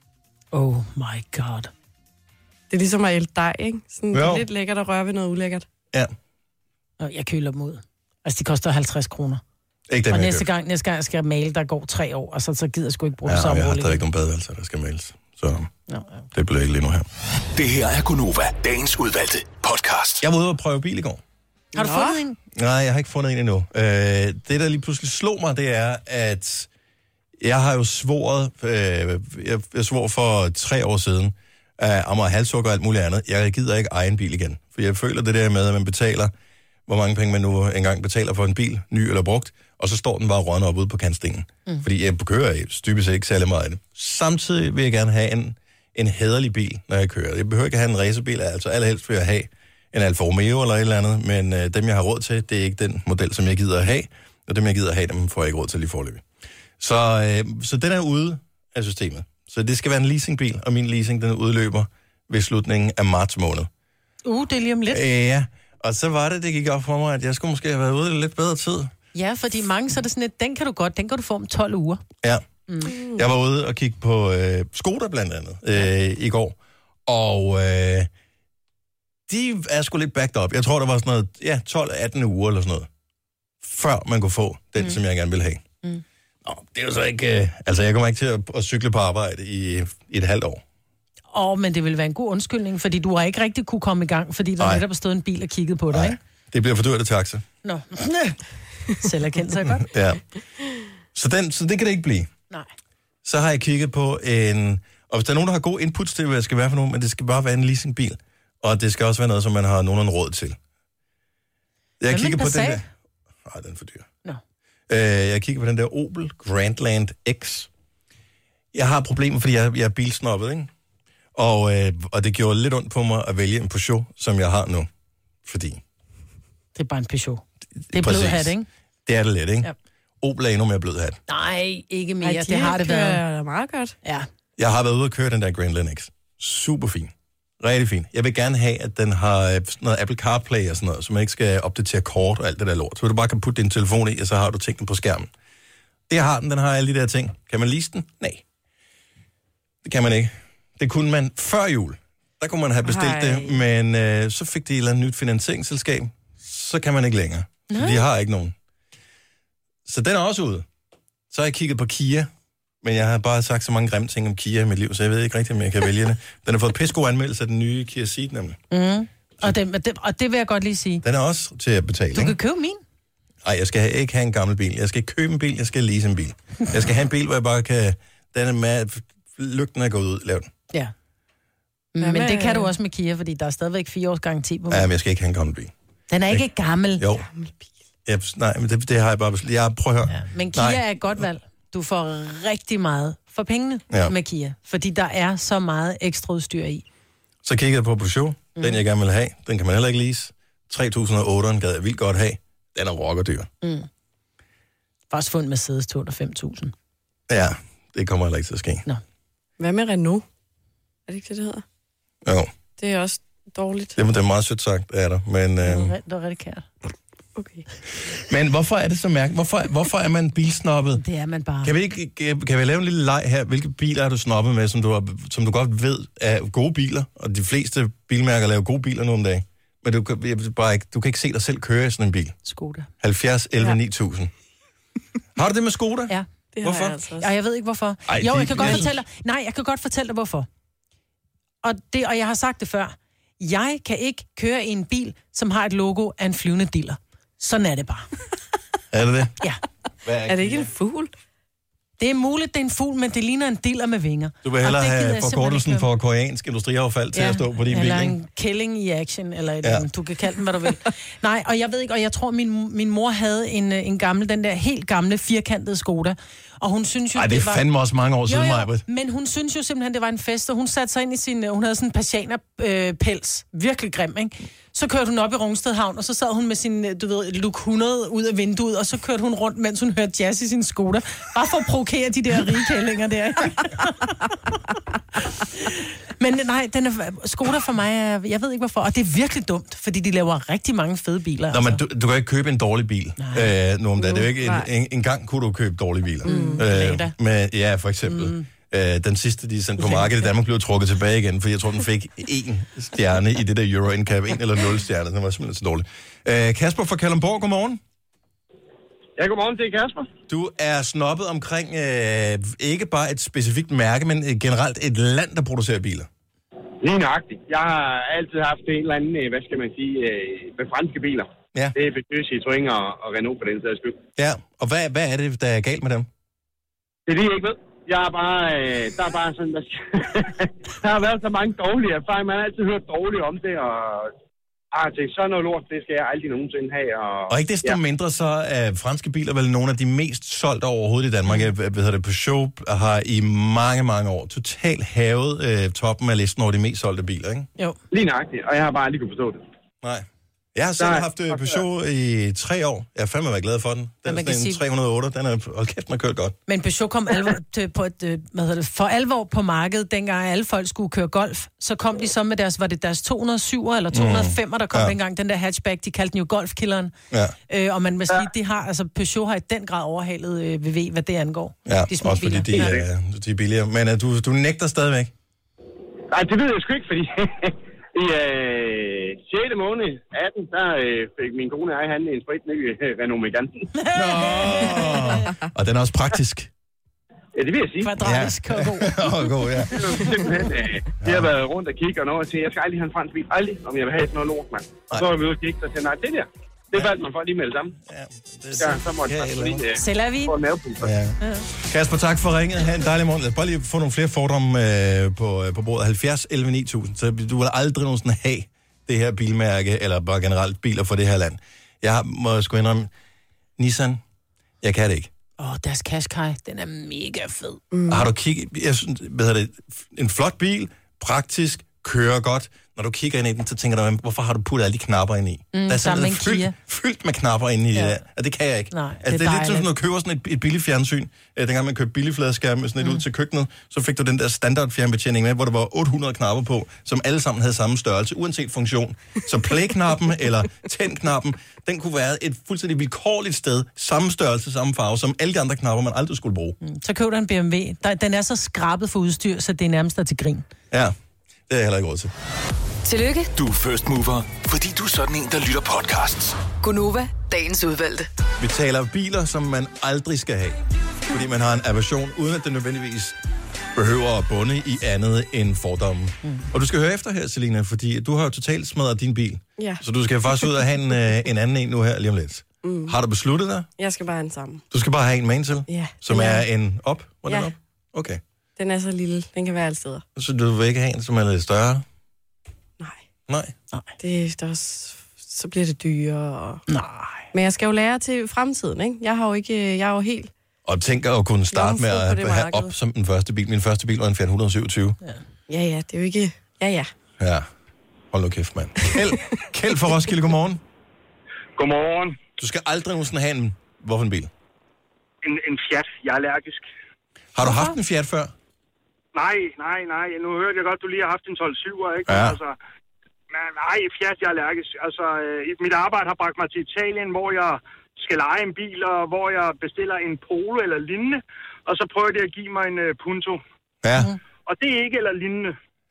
Oh my god. Det er ligesom at ælde dej, ikke? Sådan det er lidt lækkert at røre ved noget ulækkert. Ja. Og jeg køler dem ud. Altså, de koster halvtreds kroner. Ikke dem, og næste gang, næste gang jeg skal male, der går tre år, og så, så gider jeg sgu ikke bruge ja, det samme. Ja, jeg har stadig ikke nogen badeværelser, der skal males. Så ja, ja. det bliver ikke lige nu her. Det her er Gonova, dagens udvalgte podcast. Jeg var ude og prøve bil i går. Har du fundet en? Nej, jeg har ikke fundet en endnu. Øh, det, der lige pludselig slog mig, det er, at jeg har jo svoret, øh, jeg, jeg svor for tre år siden, øh, om at halssukker og alt muligt andet. Jeg gider ikke eje en bil igen. For jeg føler det der med, at man betaler, hvor mange penge man nu engang betaler for en bil, ny eller brugt, og så står den bare rådende op ude på kantstenen. Mm. Fordi jeg kører typisk ikke særlig meget af det. Samtidig vil jeg gerne have en, en hæderlig bil, når jeg kører. Jeg behøver ikke have en racerbil, altså allerhelst vil jeg have en Alfa Romeo eller et eller andet, men øh, dem, jeg har råd til, det er ikke den model, som jeg gider at have, og dem, jeg gider at have, dem får jeg ikke råd til lige forløbig. Så, øh, så den er ude af systemet. Så det skal være en leasingbil, og min leasing, den udløber ved slutningen af marts måned. Uh, det er lige om lidt. Øh, ja, og så var det, det gik op for mig, at jeg skulle måske have været ude i lidt bedre tid. Ja, fordi mange så er det sådan et, den kan du godt, den kan du få om tolv uger. Ja. Mm. Jeg var ude og kigge på øh, Skoda blandt andet øh, i går, og øh, de er sgu lidt backed up. Jeg tror, der var sådan noget, ja, tolv atten uger eller sådan noget, før man kunne få den, mm. som jeg gerne ville have. Mm. Nå, det er jo så ikke... Øh, altså, jeg kommer ikke til at, at cykle på arbejde i, i et halvt år. Åh, oh, men det vil være en god undskyldning, fordi du har ikke rigtig kunne komme i gang, fordi der Nej. netop har stået en bil og kigget på dig, Nej. ikke? Det bliver for dyrt at taxa. Nå. Selverkendt sig godt. Ja. Så, den, så det kan det ikke blive. Nej. Så har jeg kigget på en... Og hvis der er nogen, der har gode inputs til, hvad det skal være for nogen, men det skal bare være en leasingbil. Og det skal også være noget, som man har nogen råd til. Jeg kigger på den der... Nej, den er for dyr. Nå. Øh, jeg kigger på den der Opel Grandland X. Jeg har problemer, fordi jeg, jeg er bilsnobbet, ikke? Og, øh, og det gjorde lidt ondt på mig at vælge en Peugeot, som jeg har nu. Fordi... Det er bare en Peugeot. Det er Præcis. blød hat, ikke? Det er det lidt, ikke? Ja. Opel er endnu mere blød hat. Nej, ikke mere. Ej, de det har det været. kører meget godt. Ja. Jeg har været ude og køre den der Grandland X. Super fin. Rigtig fin. Jeg vil gerne have, at den har øh, sådan noget Apple CarPlay og sådan noget, så man ikke skal opdatere kort og alt det der lort. Så du bare kan putte din telefon i, og så har du tingene på skærmen. Det har den, den har alle de der ting. Kan man lease den? Nej. Det kan man ikke. Det kunne man før jul. Der kunne man have bestilt Hej. det, men øh, så fik de et eller andet nyt finansieringsselskab. Så kan man ikke længere. De har ikke nogen. Så den er også ude. Så har jeg kigget på Kia, men jeg har bare sagt så mange grimme ting om Kia i mit liv, så jeg ved ikke rigtig, om jeg kan vælge det. Den har fået pissegod anmeldelse af den nye Kia Ceed, nemlig. Mm. Og, det, det, og det vil jeg godt lige sige. Den er også til at betale, Du ikke? kan købe min. Nej, jeg skal have, ikke have en gammel bil. Jeg skal ikke købe en bil, jeg skal lease en bil. Jeg skal have en bil, hvor jeg bare kan... Den er med... Lygten er gået ud, lav den. Ja. Men med- det kan du også med Kia, fordi der er stadigvæk fire års garanti på. Ja, men jeg skal ikke have en gammel bil. Den er ikke gammel. Jo. Jeg, nej, men det, det har jeg bare besluttet. Jeg prøver at høre. Ja. Men Kia Nej. er et godt valg. Du får rigtig meget for pengene Ja. med Kia, fordi der er så meget ekstra udstyr i. Så kiggede jeg på Peugeot. Den, jeg gerne vil have. Den kan man heller ikke lease. tre tusind og otte gad jeg vildt godt have. Den er rockerdyr. Mm. Først få en Mercedes to hundrede og fem tusind. Ja, det kommer heller ikke til at ske. Nå. Hvad med Renault? Er det ikke det, det hedder? Jo, Det er også dårligt. det, det er meget sødt sagt, er der. Men, Det øh, var, det var rigtig kært. Okay. men hvorfor er det så mærkeligt? Hvorfor, hvorfor er man bilsnobbet? Det er man bare. Kan vi, ikke, kan, kan vi lave en lille leg her? Hvilke biler er du snobbet med, som du, har, som du godt ved er gode biler? Og de fleste bilmærker laver gode biler nu om dagen. Men du, kan- jeg, vil bare ikke, du kan ikke se dig selv køre i sådan en bil. Skoda. halvfjerds elleve Ja. ni tusind. Har du det med Skoda? Ja. Det Hvorfor? har jeg altså også. Og jeg ved ikke, hvorfor. Ej, jo, det- jeg kan godt det- fortælle dig. Nej, jeg kan godt fortælle dig, hvorfor. Og, det, og jeg har sagt det før. Jeg kan ikke køre i en bil, som har et logo af en flyvende diller. Sådan er det bare. Er det det? Ja. Hvad Er det ikke en fugl? Det er muligt, det er en fugl, men det ligner en diller med vinger. Du vil Og hellere det gider have jeg simpelthen forkortelsen ikke for koreansk industriaffald til at stå på din bil, eller ikke? en kælling i action, eller et Ja. ja. Du kan kalde den, hvad du vil. Nej, og jeg ved ikke, og jeg tror, min, min mor havde en, øh, en gammel, den der helt gamle, firkantede Skoda. Og hun synes jo, Ej, det er var... fandme også mange år Jo, siden, jo, Majbrit. men hun synes jo simpelthen, det var en fest, og hun satte sig ind i sin... øh, Hun havde sådan en Pasianer-pels. Virkelig grim, ikke? Så kørte hun op i Rungsted Havn, og så sad hun med sin, øh, du ved, Look hundrede ud af vinduet, og så kørte hun rundt, mens hun hørte jazz i sin Skoda. Bare for at provokere de der rige kællinger der. Men nej, den er, Skoda for mig er... Jeg ved ikke hvorfor, og det er virkelig dumt, fordi de laver rigtig mange fede biler. Nå, men du, du kan ikke købe en dårlig bil øh, nu om dagen. Det er jo ikke en, Nej. en, en gang kunne du købe dårlige biler. Mm, øh, Lada. med, ja, for eksempel. Mm. Øh, den sidste, de sendte på markedet i Danmark, blev trukket tilbage igen, fordi jeg tror, den fik én stjerne i det der Euro N C A P. En eller nul stjerne. Den var simpelthen så dårlig. Øh, Kasper fra Kalundborg, godmorgen. Ja, godmorgen, det er Kasper. Du er snobbet omkring øh, ikke bare et specifikt mærke, men øh, generelt et land, der producerer biler. Lige nøjagtigt. Jeg har altid haft en eller anden, øh, hvad skal man sige, øh, med franske biler. Ja. Det er Peugeot, Citroën og, og Renault på den sags skyld. Ja, og hvad, hvad er det, der er galt med dem? Det er det, jeg ikke ved. Jeg er bare, øh, der er bare sådan, der, der har været så mange dårlige erfaringer. Man har altid hørt dårligt om det, og ah, tænkt, sådan noget lort, det skal jeg aldrig nogensinde have. Og, Og ikke desto ja. mindre, så er franske biler vel nogle af de mest solgte overhovedet i Danmark. Jeg ved det, Peugeot har i mange, mange år totalt havet øh, toppen af listen over de mest solgte biler, ikke? Jo. Lige nøjagtigt, og jeg har bare aldrig kunne forstå det. Nej. Jeg har selv Nej. haft øh, Peugeot i tre år. Jeg har fandme været glad for den. Den Men er man kan sådan en sige- tre hundrede og otte. Den er, hold kæft, den har kørt godt. Men Peugeot kom alvor, til, på et, øh, hvad hedder det, for alvor på markedet, dengang alle folk skulle køre golf. Så kom de så med deres, var det deres to hundrede og syv eller to hundrede og fem, der kom Ja. ja. dengang, den der hatchback, de kaldte den jo golfkilleren. Ja, Øh, og man må sige, de har, altså Peugeot har i den grad overhalet øh, V V, hvad det angår. ja De små også fordi biler. de, Ja. øh, de er billigere. Men øh, du, du nægter stadigvæk. Nej, det ved jeg sgu ikke, fordi i øh, sjette måned atten, der øh, fik min kone og jeg handlet en sprit ny øh, Renault Megane. Nå. Og den er også praktisk. Ja, det vil jeg sige. Kvadratisk og god. Åh, god, ja. Det er jo simpelthen, øh, jeg har været rundt og kigge og noget og sige, jeg skal aldrig have en fransk bil. Aldrig, om jeg vil have sådan noget lort, mand. Og så var vi ude og kigge og sagde, nej, det der, det valgte man for lige med det samme. Ja, det Ja, så måtte Ja, jeg eller fordi noget. det C'est la vie. får en mavepulser. Ja. Kasper, tak for ringet. Ha' en dejlig morgen. Lad os bare lige få nogle flere fordomme øh, på, øh, på bordet. halvfjerds elleve ni tusind. Så du vil aldrig nogensinde have det her bilmærke, eller bare generelt biler fra det her land. Jeg har- må sgu indrømme, Nissan, jeg kan det ikke. Åh, oh, deres Qashqai, den er mega fed. Mm. Har du kigget, jeg synes, hvad hedder det, en flot bil, praktisk, kører godt. Når du kigger ind i den, så tænker du, hvorfor har du puttet alle de knapper ind i? Mm, der er sammen med en fyldt, Kia. fyldt med knapper inde i Ja. det der. Og det kan jeg ikke. Nej, det er altså, det er lidt som, dejligt. når du køber sådan et, et billigt fjernsyn. Øh, dengang man købte billigfladskærm med sådan et mm. ud til køkkenet, så fik du den der standard fjernbetjening med, hvor der var otte hundrede knapper på, som alle sammen havde samme størrelse, uanset funktion. Så play-knappen eller tænd-knappen, den kunne være et fuldstændig vilkårligt sted, samme størrelse, samme farve, som alle de andre knapper, man aldrig skulle bruge. Mm. Så køb dig en B M W. Der, den er så skrabet for udstyr, så det er nærmest er til grin. Ja, det er jeg heller ikke råd til. Tillykke, Du er first mover, fordi du er sådan en, der lytter podcasts. Gunova, dagens udvalgte. Vi taler biler, som man aldrig skal have, fordi man har en aversion, uden at det nødvendigvis behøver at bunde i andet end fordomme. Mm. Og du skal høre efter her, Selina, fordi du har jo totalt smadret din bil. Ja, Så du skal faktisk ud og have en, øh, en anden en nu her lige om lidt. Mm. Har du besluttet dig? jeg skal bare have den sammen. Du skal bare have en med til, Ja. som Den er en op? Var den Ja. op? Okay. Den er så lille. Den kan være alle steder. Så du vil ikke have en, som er lidt større? Nej. Nej. Det, der, er også- så bliver det dyrere. Og... Nej. Men jeg skal jo lære til fremtiden, ikke? Jeg har jo ikke... Jeg er jo helt... Og tænker at kunne starte med Jomfru på det at have marked. op som den første bil. Min første bil var en Fiat et hundrede og syvogtyve. Ja, ja, det er jo ikke... Ja, ja. Ja. Hold nu kæft, mand. Kjeld, Kjeld fra Roskilde, godmorgen. Godmorgen. Du skal aldrig nogensinde have en... Hvorfor en bil? En, en Fiat. Jeg er allergisk. Har du haft en Fiat før? Nej, nej, nej. Nu hørte jeg godt, du lige har haft en tolv syver, ikke? Ja. Altså, men nej, Fiat, jeg er allergisk. Altså, øh, mit arbejde har bragt mig til Italien, hvor jeg skal leje en bil, og hvor jeg bestiller en Polo eller lignende, og så prøver de at give mig en uh, Punto. Ja. Og det er ikke eller lignende.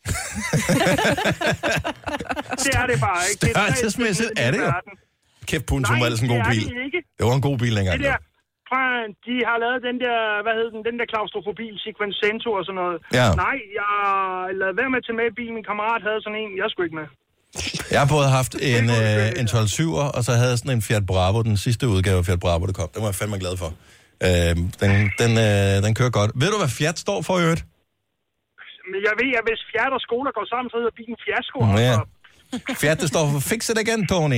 Det er det bare ikke. Det er tre Størrelsesmæssigt ting i er det jo. verden. Kæft, Punto var ellers en god det er bil. det ikke. Det var en god bil dengang. Det der, prøv, at- de har lavet den der, hvad hedder den, den der klaustrofobil, Sequencento og sådan noget. Ja. Nej, jeg lavede være med til med i bilen. Min kammerat havde sådan en, jeg skulle ikke med. Jeg har både haft en, øh, en tolv syver, og så havde jeg sådan en Fiat Bravo, den sidste udgave af Fiat Bravo, der kom. Den var jeg fandme glad for. Øh, den, den, øh, den kører godt. Ved du, hvad Fiat står for i øvrigt? Men jeg ved, at hvis Fiat og Skoda går sammen, så hedder bilen Fiasko. Ja. Altså. Fiat, det står for Fix It Again, Tony.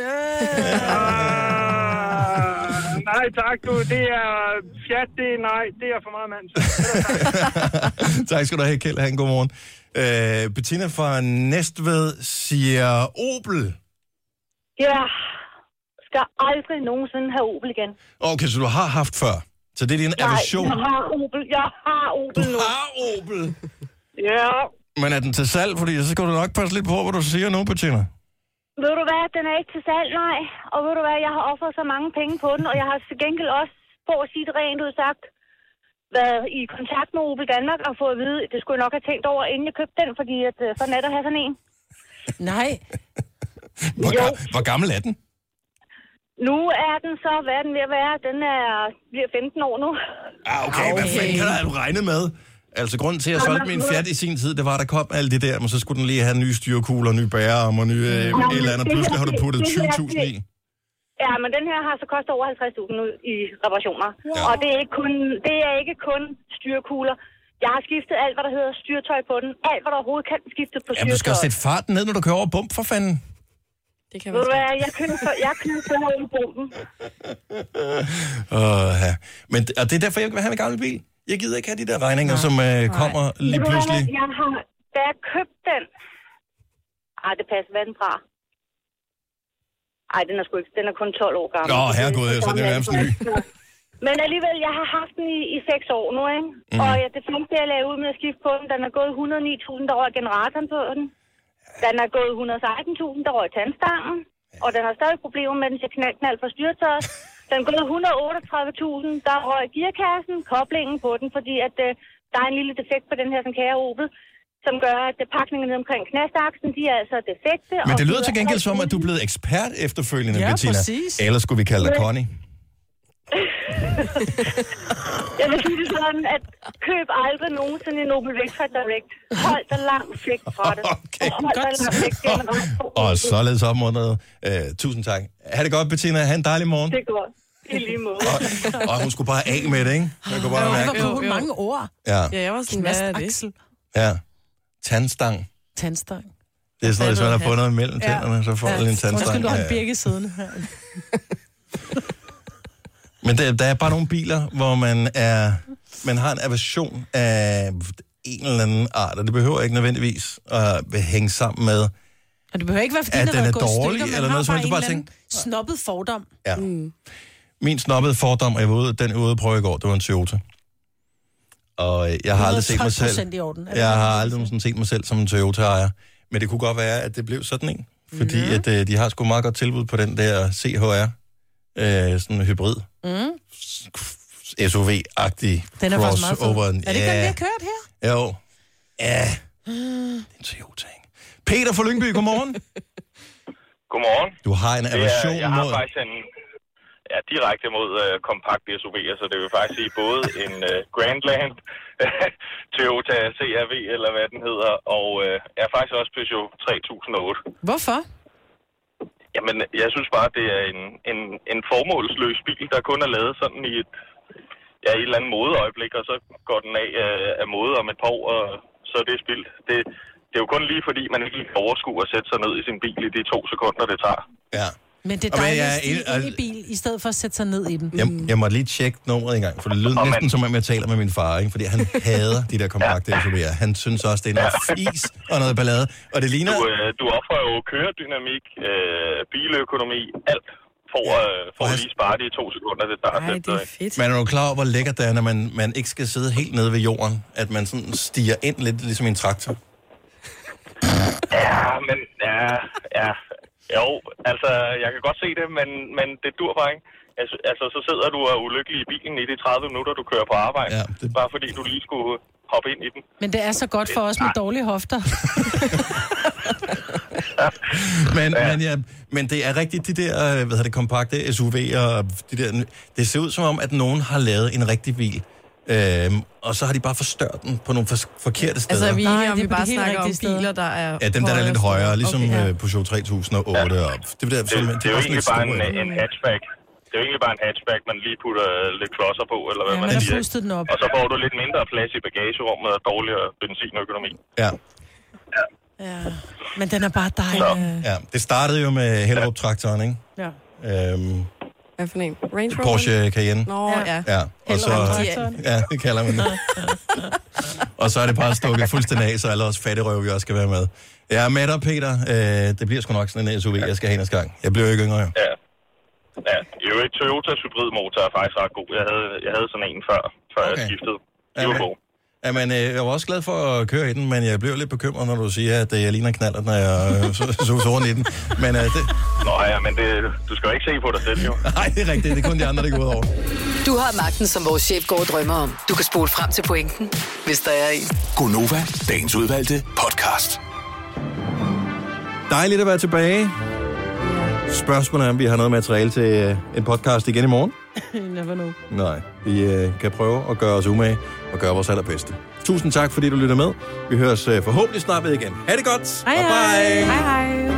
Ah, nej tak, du. Det er Fiat, det er nej. Det er for meget mand. Tak skal du have, Kjeld. Ha' en god morgen. Øh, Bettina fra Næstved siger Opel. Ja, skal aldrig nogensinde have Opel igen. Okay, så du har haft før. Så det er din aversion. Nej, jeg har Opel. Jeg har Opel Du nu. har Opel. Ja. Men er den til salg? Fordi så skal du nok passe lidt på, hvad du siger nu, Bettina. Ved du hvad, den er ikke til salg, nej. Og ved du hvad, jeg har offret så mange penge på den, og jeg har til gengæld også, for at sige det rent ud sagt, været i kontakt med Opel Danmark og fået at vide, det skulle jeg nok have tænkt over, inden jeg købte den, fordi at, øh, sådan er det at have sådan en. Nej. Hvor, ga- hvor gammel er den? Nu er den så, hvad er den ved at være? Den er, bliver femten år nu. Ah, okay, okay. Hvad fanden kan du regne med? Altså, grunden til, at jeg solgte min Fiat i sin tid, det var, at der kom alt det der, men så skulle den lige have nye styrkugler, nye bærearm og nye øh, et eller andet. Pludselig har du puttet tyve tusind i. Ja, men den her har så kostet over halvtreds tusind nu i reparationer. Ja. Og det er, ikke kun, det er ikke kun styrkugler. Jeg har skiftet alt, hvad der hedder styrtøj på den. Alt, hvad der overhovedet kan skiftes på Ja, styrtøj. du skal sætte farten ned, når du kører over bump, for fanden. Det kan Ved du hvad, jeg kører for, jeg kører for over bomben. Uh, ja. Men, og det er derfor, jeg ikke vil have en gammel bil. Jeg gider ikke have de der regninger, Nej. som øh, kommer lige Ved du hvad, pludselig. Jeg har, da jeg købte den... Ah, det passer, hvad er den fra? Ej, den er sgu ikke, den er kun tolv år gammel. Åh, herregud, så det er nærmest ny. Men alligevel, jeg har haft den i, i seks år nu, ikke? Mm. Og ja, det første, jeg lavede ud med at skifte på den, den er gået et hundrede og ni tusind, der røg generatoren på den. Den er gået et hundrede og seksten tusind, der røg tandstangen. Og den har stadig problemer med, at den siger knald, knald for styretøjet. Den er gået et hundrede og otteogtredive tusind, der røg gearkassen, koblingen på den, fordi at øh, der er en lille defekt på den her, som kære Opel, som gør, at pakningerne omkring knastaksen, de er altså defekte. Men det lyder til gengæld som, at du er blevet ekspert efterfølgende, ja, Bettina. Præcis. Eller skulle vi kalde dig Connie? Jeg vil sige det sådan, at køb aldrig nogensinde en Opel Vectra Direct. Hold dig langt væk fra det. Okay, og hold dig langt væk generelt. Og således opmuntret. Uh, tusind tak. Ha' det godt, Bettina. Ha' en dejlig morgen. Det går. I lige måde. Og, og hun skulle bare af med det, ikke? Jeg kunne bare jo, mærke. Der var mange ord. Ja. Ja, jeg var sådan, hvad er det? Ja. Tandstang. Tandstang. Det er sådan noget, hvis man har fundet noget mellem tænderne, så får man ja. en tandstang. Undskyld, du har en birke siddende her. Men der, der er bare nogle biler, hvor man er, man har en aversion af en eller anden art, og det behøver ikke nødvendigvis at hænge sammen med, og det behøver ikke være, fordi at den den er er gået dårlig, stykker, eller noget, som har du bare bare en tænker. Snobbet fordom. Ja. Mm. Min snobbede fordom, og jeg var ude, den jeg var ude at prøve i går, det var en Toyota. Og jeg har aldrig set mig selv. I orden. Jeg har aldrig sådan set mig selv som en Toyota-ejer. Men det kunne godt være, at det blev sådan en. Fordi mm. at, uh, de har sgu meget godt tilbud på den der C H R. Uh, sådan en hybrid. Mm. S U V-agtig den er faktisk meget crossover. fed. Er det ikke den, vi har kørt her? Jo. Ja. Mm. Det er en Toyota, ikke? Peter fra Lyngby, godmorgen. Godmorgen. Du har en aversion jeg har mod... faktisk en... Ja, direkte mod uh, kompakt S U V'er, så det vil faktisk sige både en uh, Grandland, Toyota C R V, eller hvad den hedder, og uh, er faktisk også Peugeot tre tusind og otte. Hvorfor? Jamen, jeg synes bare, det er en, en, en formålsløs bil, der kun er lavet sådan i et, ja, et eller andet modeøjeblik, og så går den af uh, af mode om et par år, og så er det spildt. Det, det er jo kun lige fordi, man ikke kan overskue at sætte sig ned i sin bil i de to sekunder, det tager. Ja. Men det er dejligt at stige ind i bil, i stedet for at sætte sig ned i den. Jeg, jeg måtte lige tjekke nummeret en gang, for det lyder oh, næsten man. som om jeg taler med min far, ikke? Fordi han hader de der kompakte S U V'er. Han synes også, det er noget fis og noget ballade. Og det ligner... Du, øh, du offrer jo køredynamik, øh, biløkonomi, alt for, øh, for at lige spare det i to sekunder. Det der Ej, det er fedt. Man er jo klar over, hvor lækkert det er, når man, man ikke skal sidde helt nede ved jorden. At man sådan stiger ind lidt, ligesom en traktor. Ja, men ja, ja. Jo, altså, jeg kan godt se det, men, men det dur bare ikke. Altså, altså, så sidder du og er ulykkelig i bilen i de tredive minutter, du kører på arbejde. Ja, det... Bare fordi du lige skulle hoppe ind i den. Men det er så godt for os med dårlige hofter. men, ja. men, ja, men det er rigtigt, de der, hvad hedder det, kompakte S U V'er, de der, det ser ud som om, at nogen har lavet en rigtig bil. Øhm, og så har de bare forstørret den på nogle for- forkerte steder. Altså, vi, Nej, om det vi er bare de snakker om steder. biler, der er Ja, dem der er lidt højere, ligesom okay, ja. øh, Peugeot tre tusind og otte. Ja. Og det, der, det, som, det, det er jo egentlig bare en, store, en hatchback. Det er jo egentlig bare en hatchback, man lige putter lidt klodser på, eller hvad Ja, man man siger. har pustet den op. Og så får du lidt mindre plads i bagagerummet og dårligere benzinøkonomi. Ja. Ja. Ja, men den er bare dejlig. Ja, det startede jo med Hellerup-traktoren, ikke? Ja. Øhm, Hvad for en? Range Rover? Porsche Cayenne. Nå, ja. Ja, og så, ja, det kalder man det. Og så er det bare stukket fuldstændig af, så alle os fattigrøve, vi også skal være med. Jeg er med dig, Peter. Øh, det bliver sgu nok sådan en S U V, jeg skal hen og gang. Jeg bliver jo ikke yngre, jo. Ja. Ja, jo, et Toyotas hybridmotor er faktisk ret god. Jeg havde, jeg havde sådan en før, før okay. jeg skiftede. Det var god. Jamen, øh, jeg var også glad for at køre i den, men jeg blev lidt bekymret, når du siger, at jeg ligner knaller, når jeg øh, så, så rundt i den. Men, øh, det... Nå ja, men det, du skal jo ikke se på dig selv, jo. Nej, det er rigtigt. Det er kun de andre, der går ud over. Du har magten, som vores chef går og drømmer om. Du kan spole frem til pointen, hvis der er en. Gonova, dagens udvalgte podcast. Dejligt at være tilbage. Spørgsmålet er, om vi har noget materiale til en podcast igen i morgen. Never know. Nej, vi øh, kan prøve at gøre os umage og gøre vores allerbedste. Tusind tak, fordi du lytter med. Vi høres øh, forhåbentlig snart ved igen. Ha' det godt, hej, og bye! Hej hej!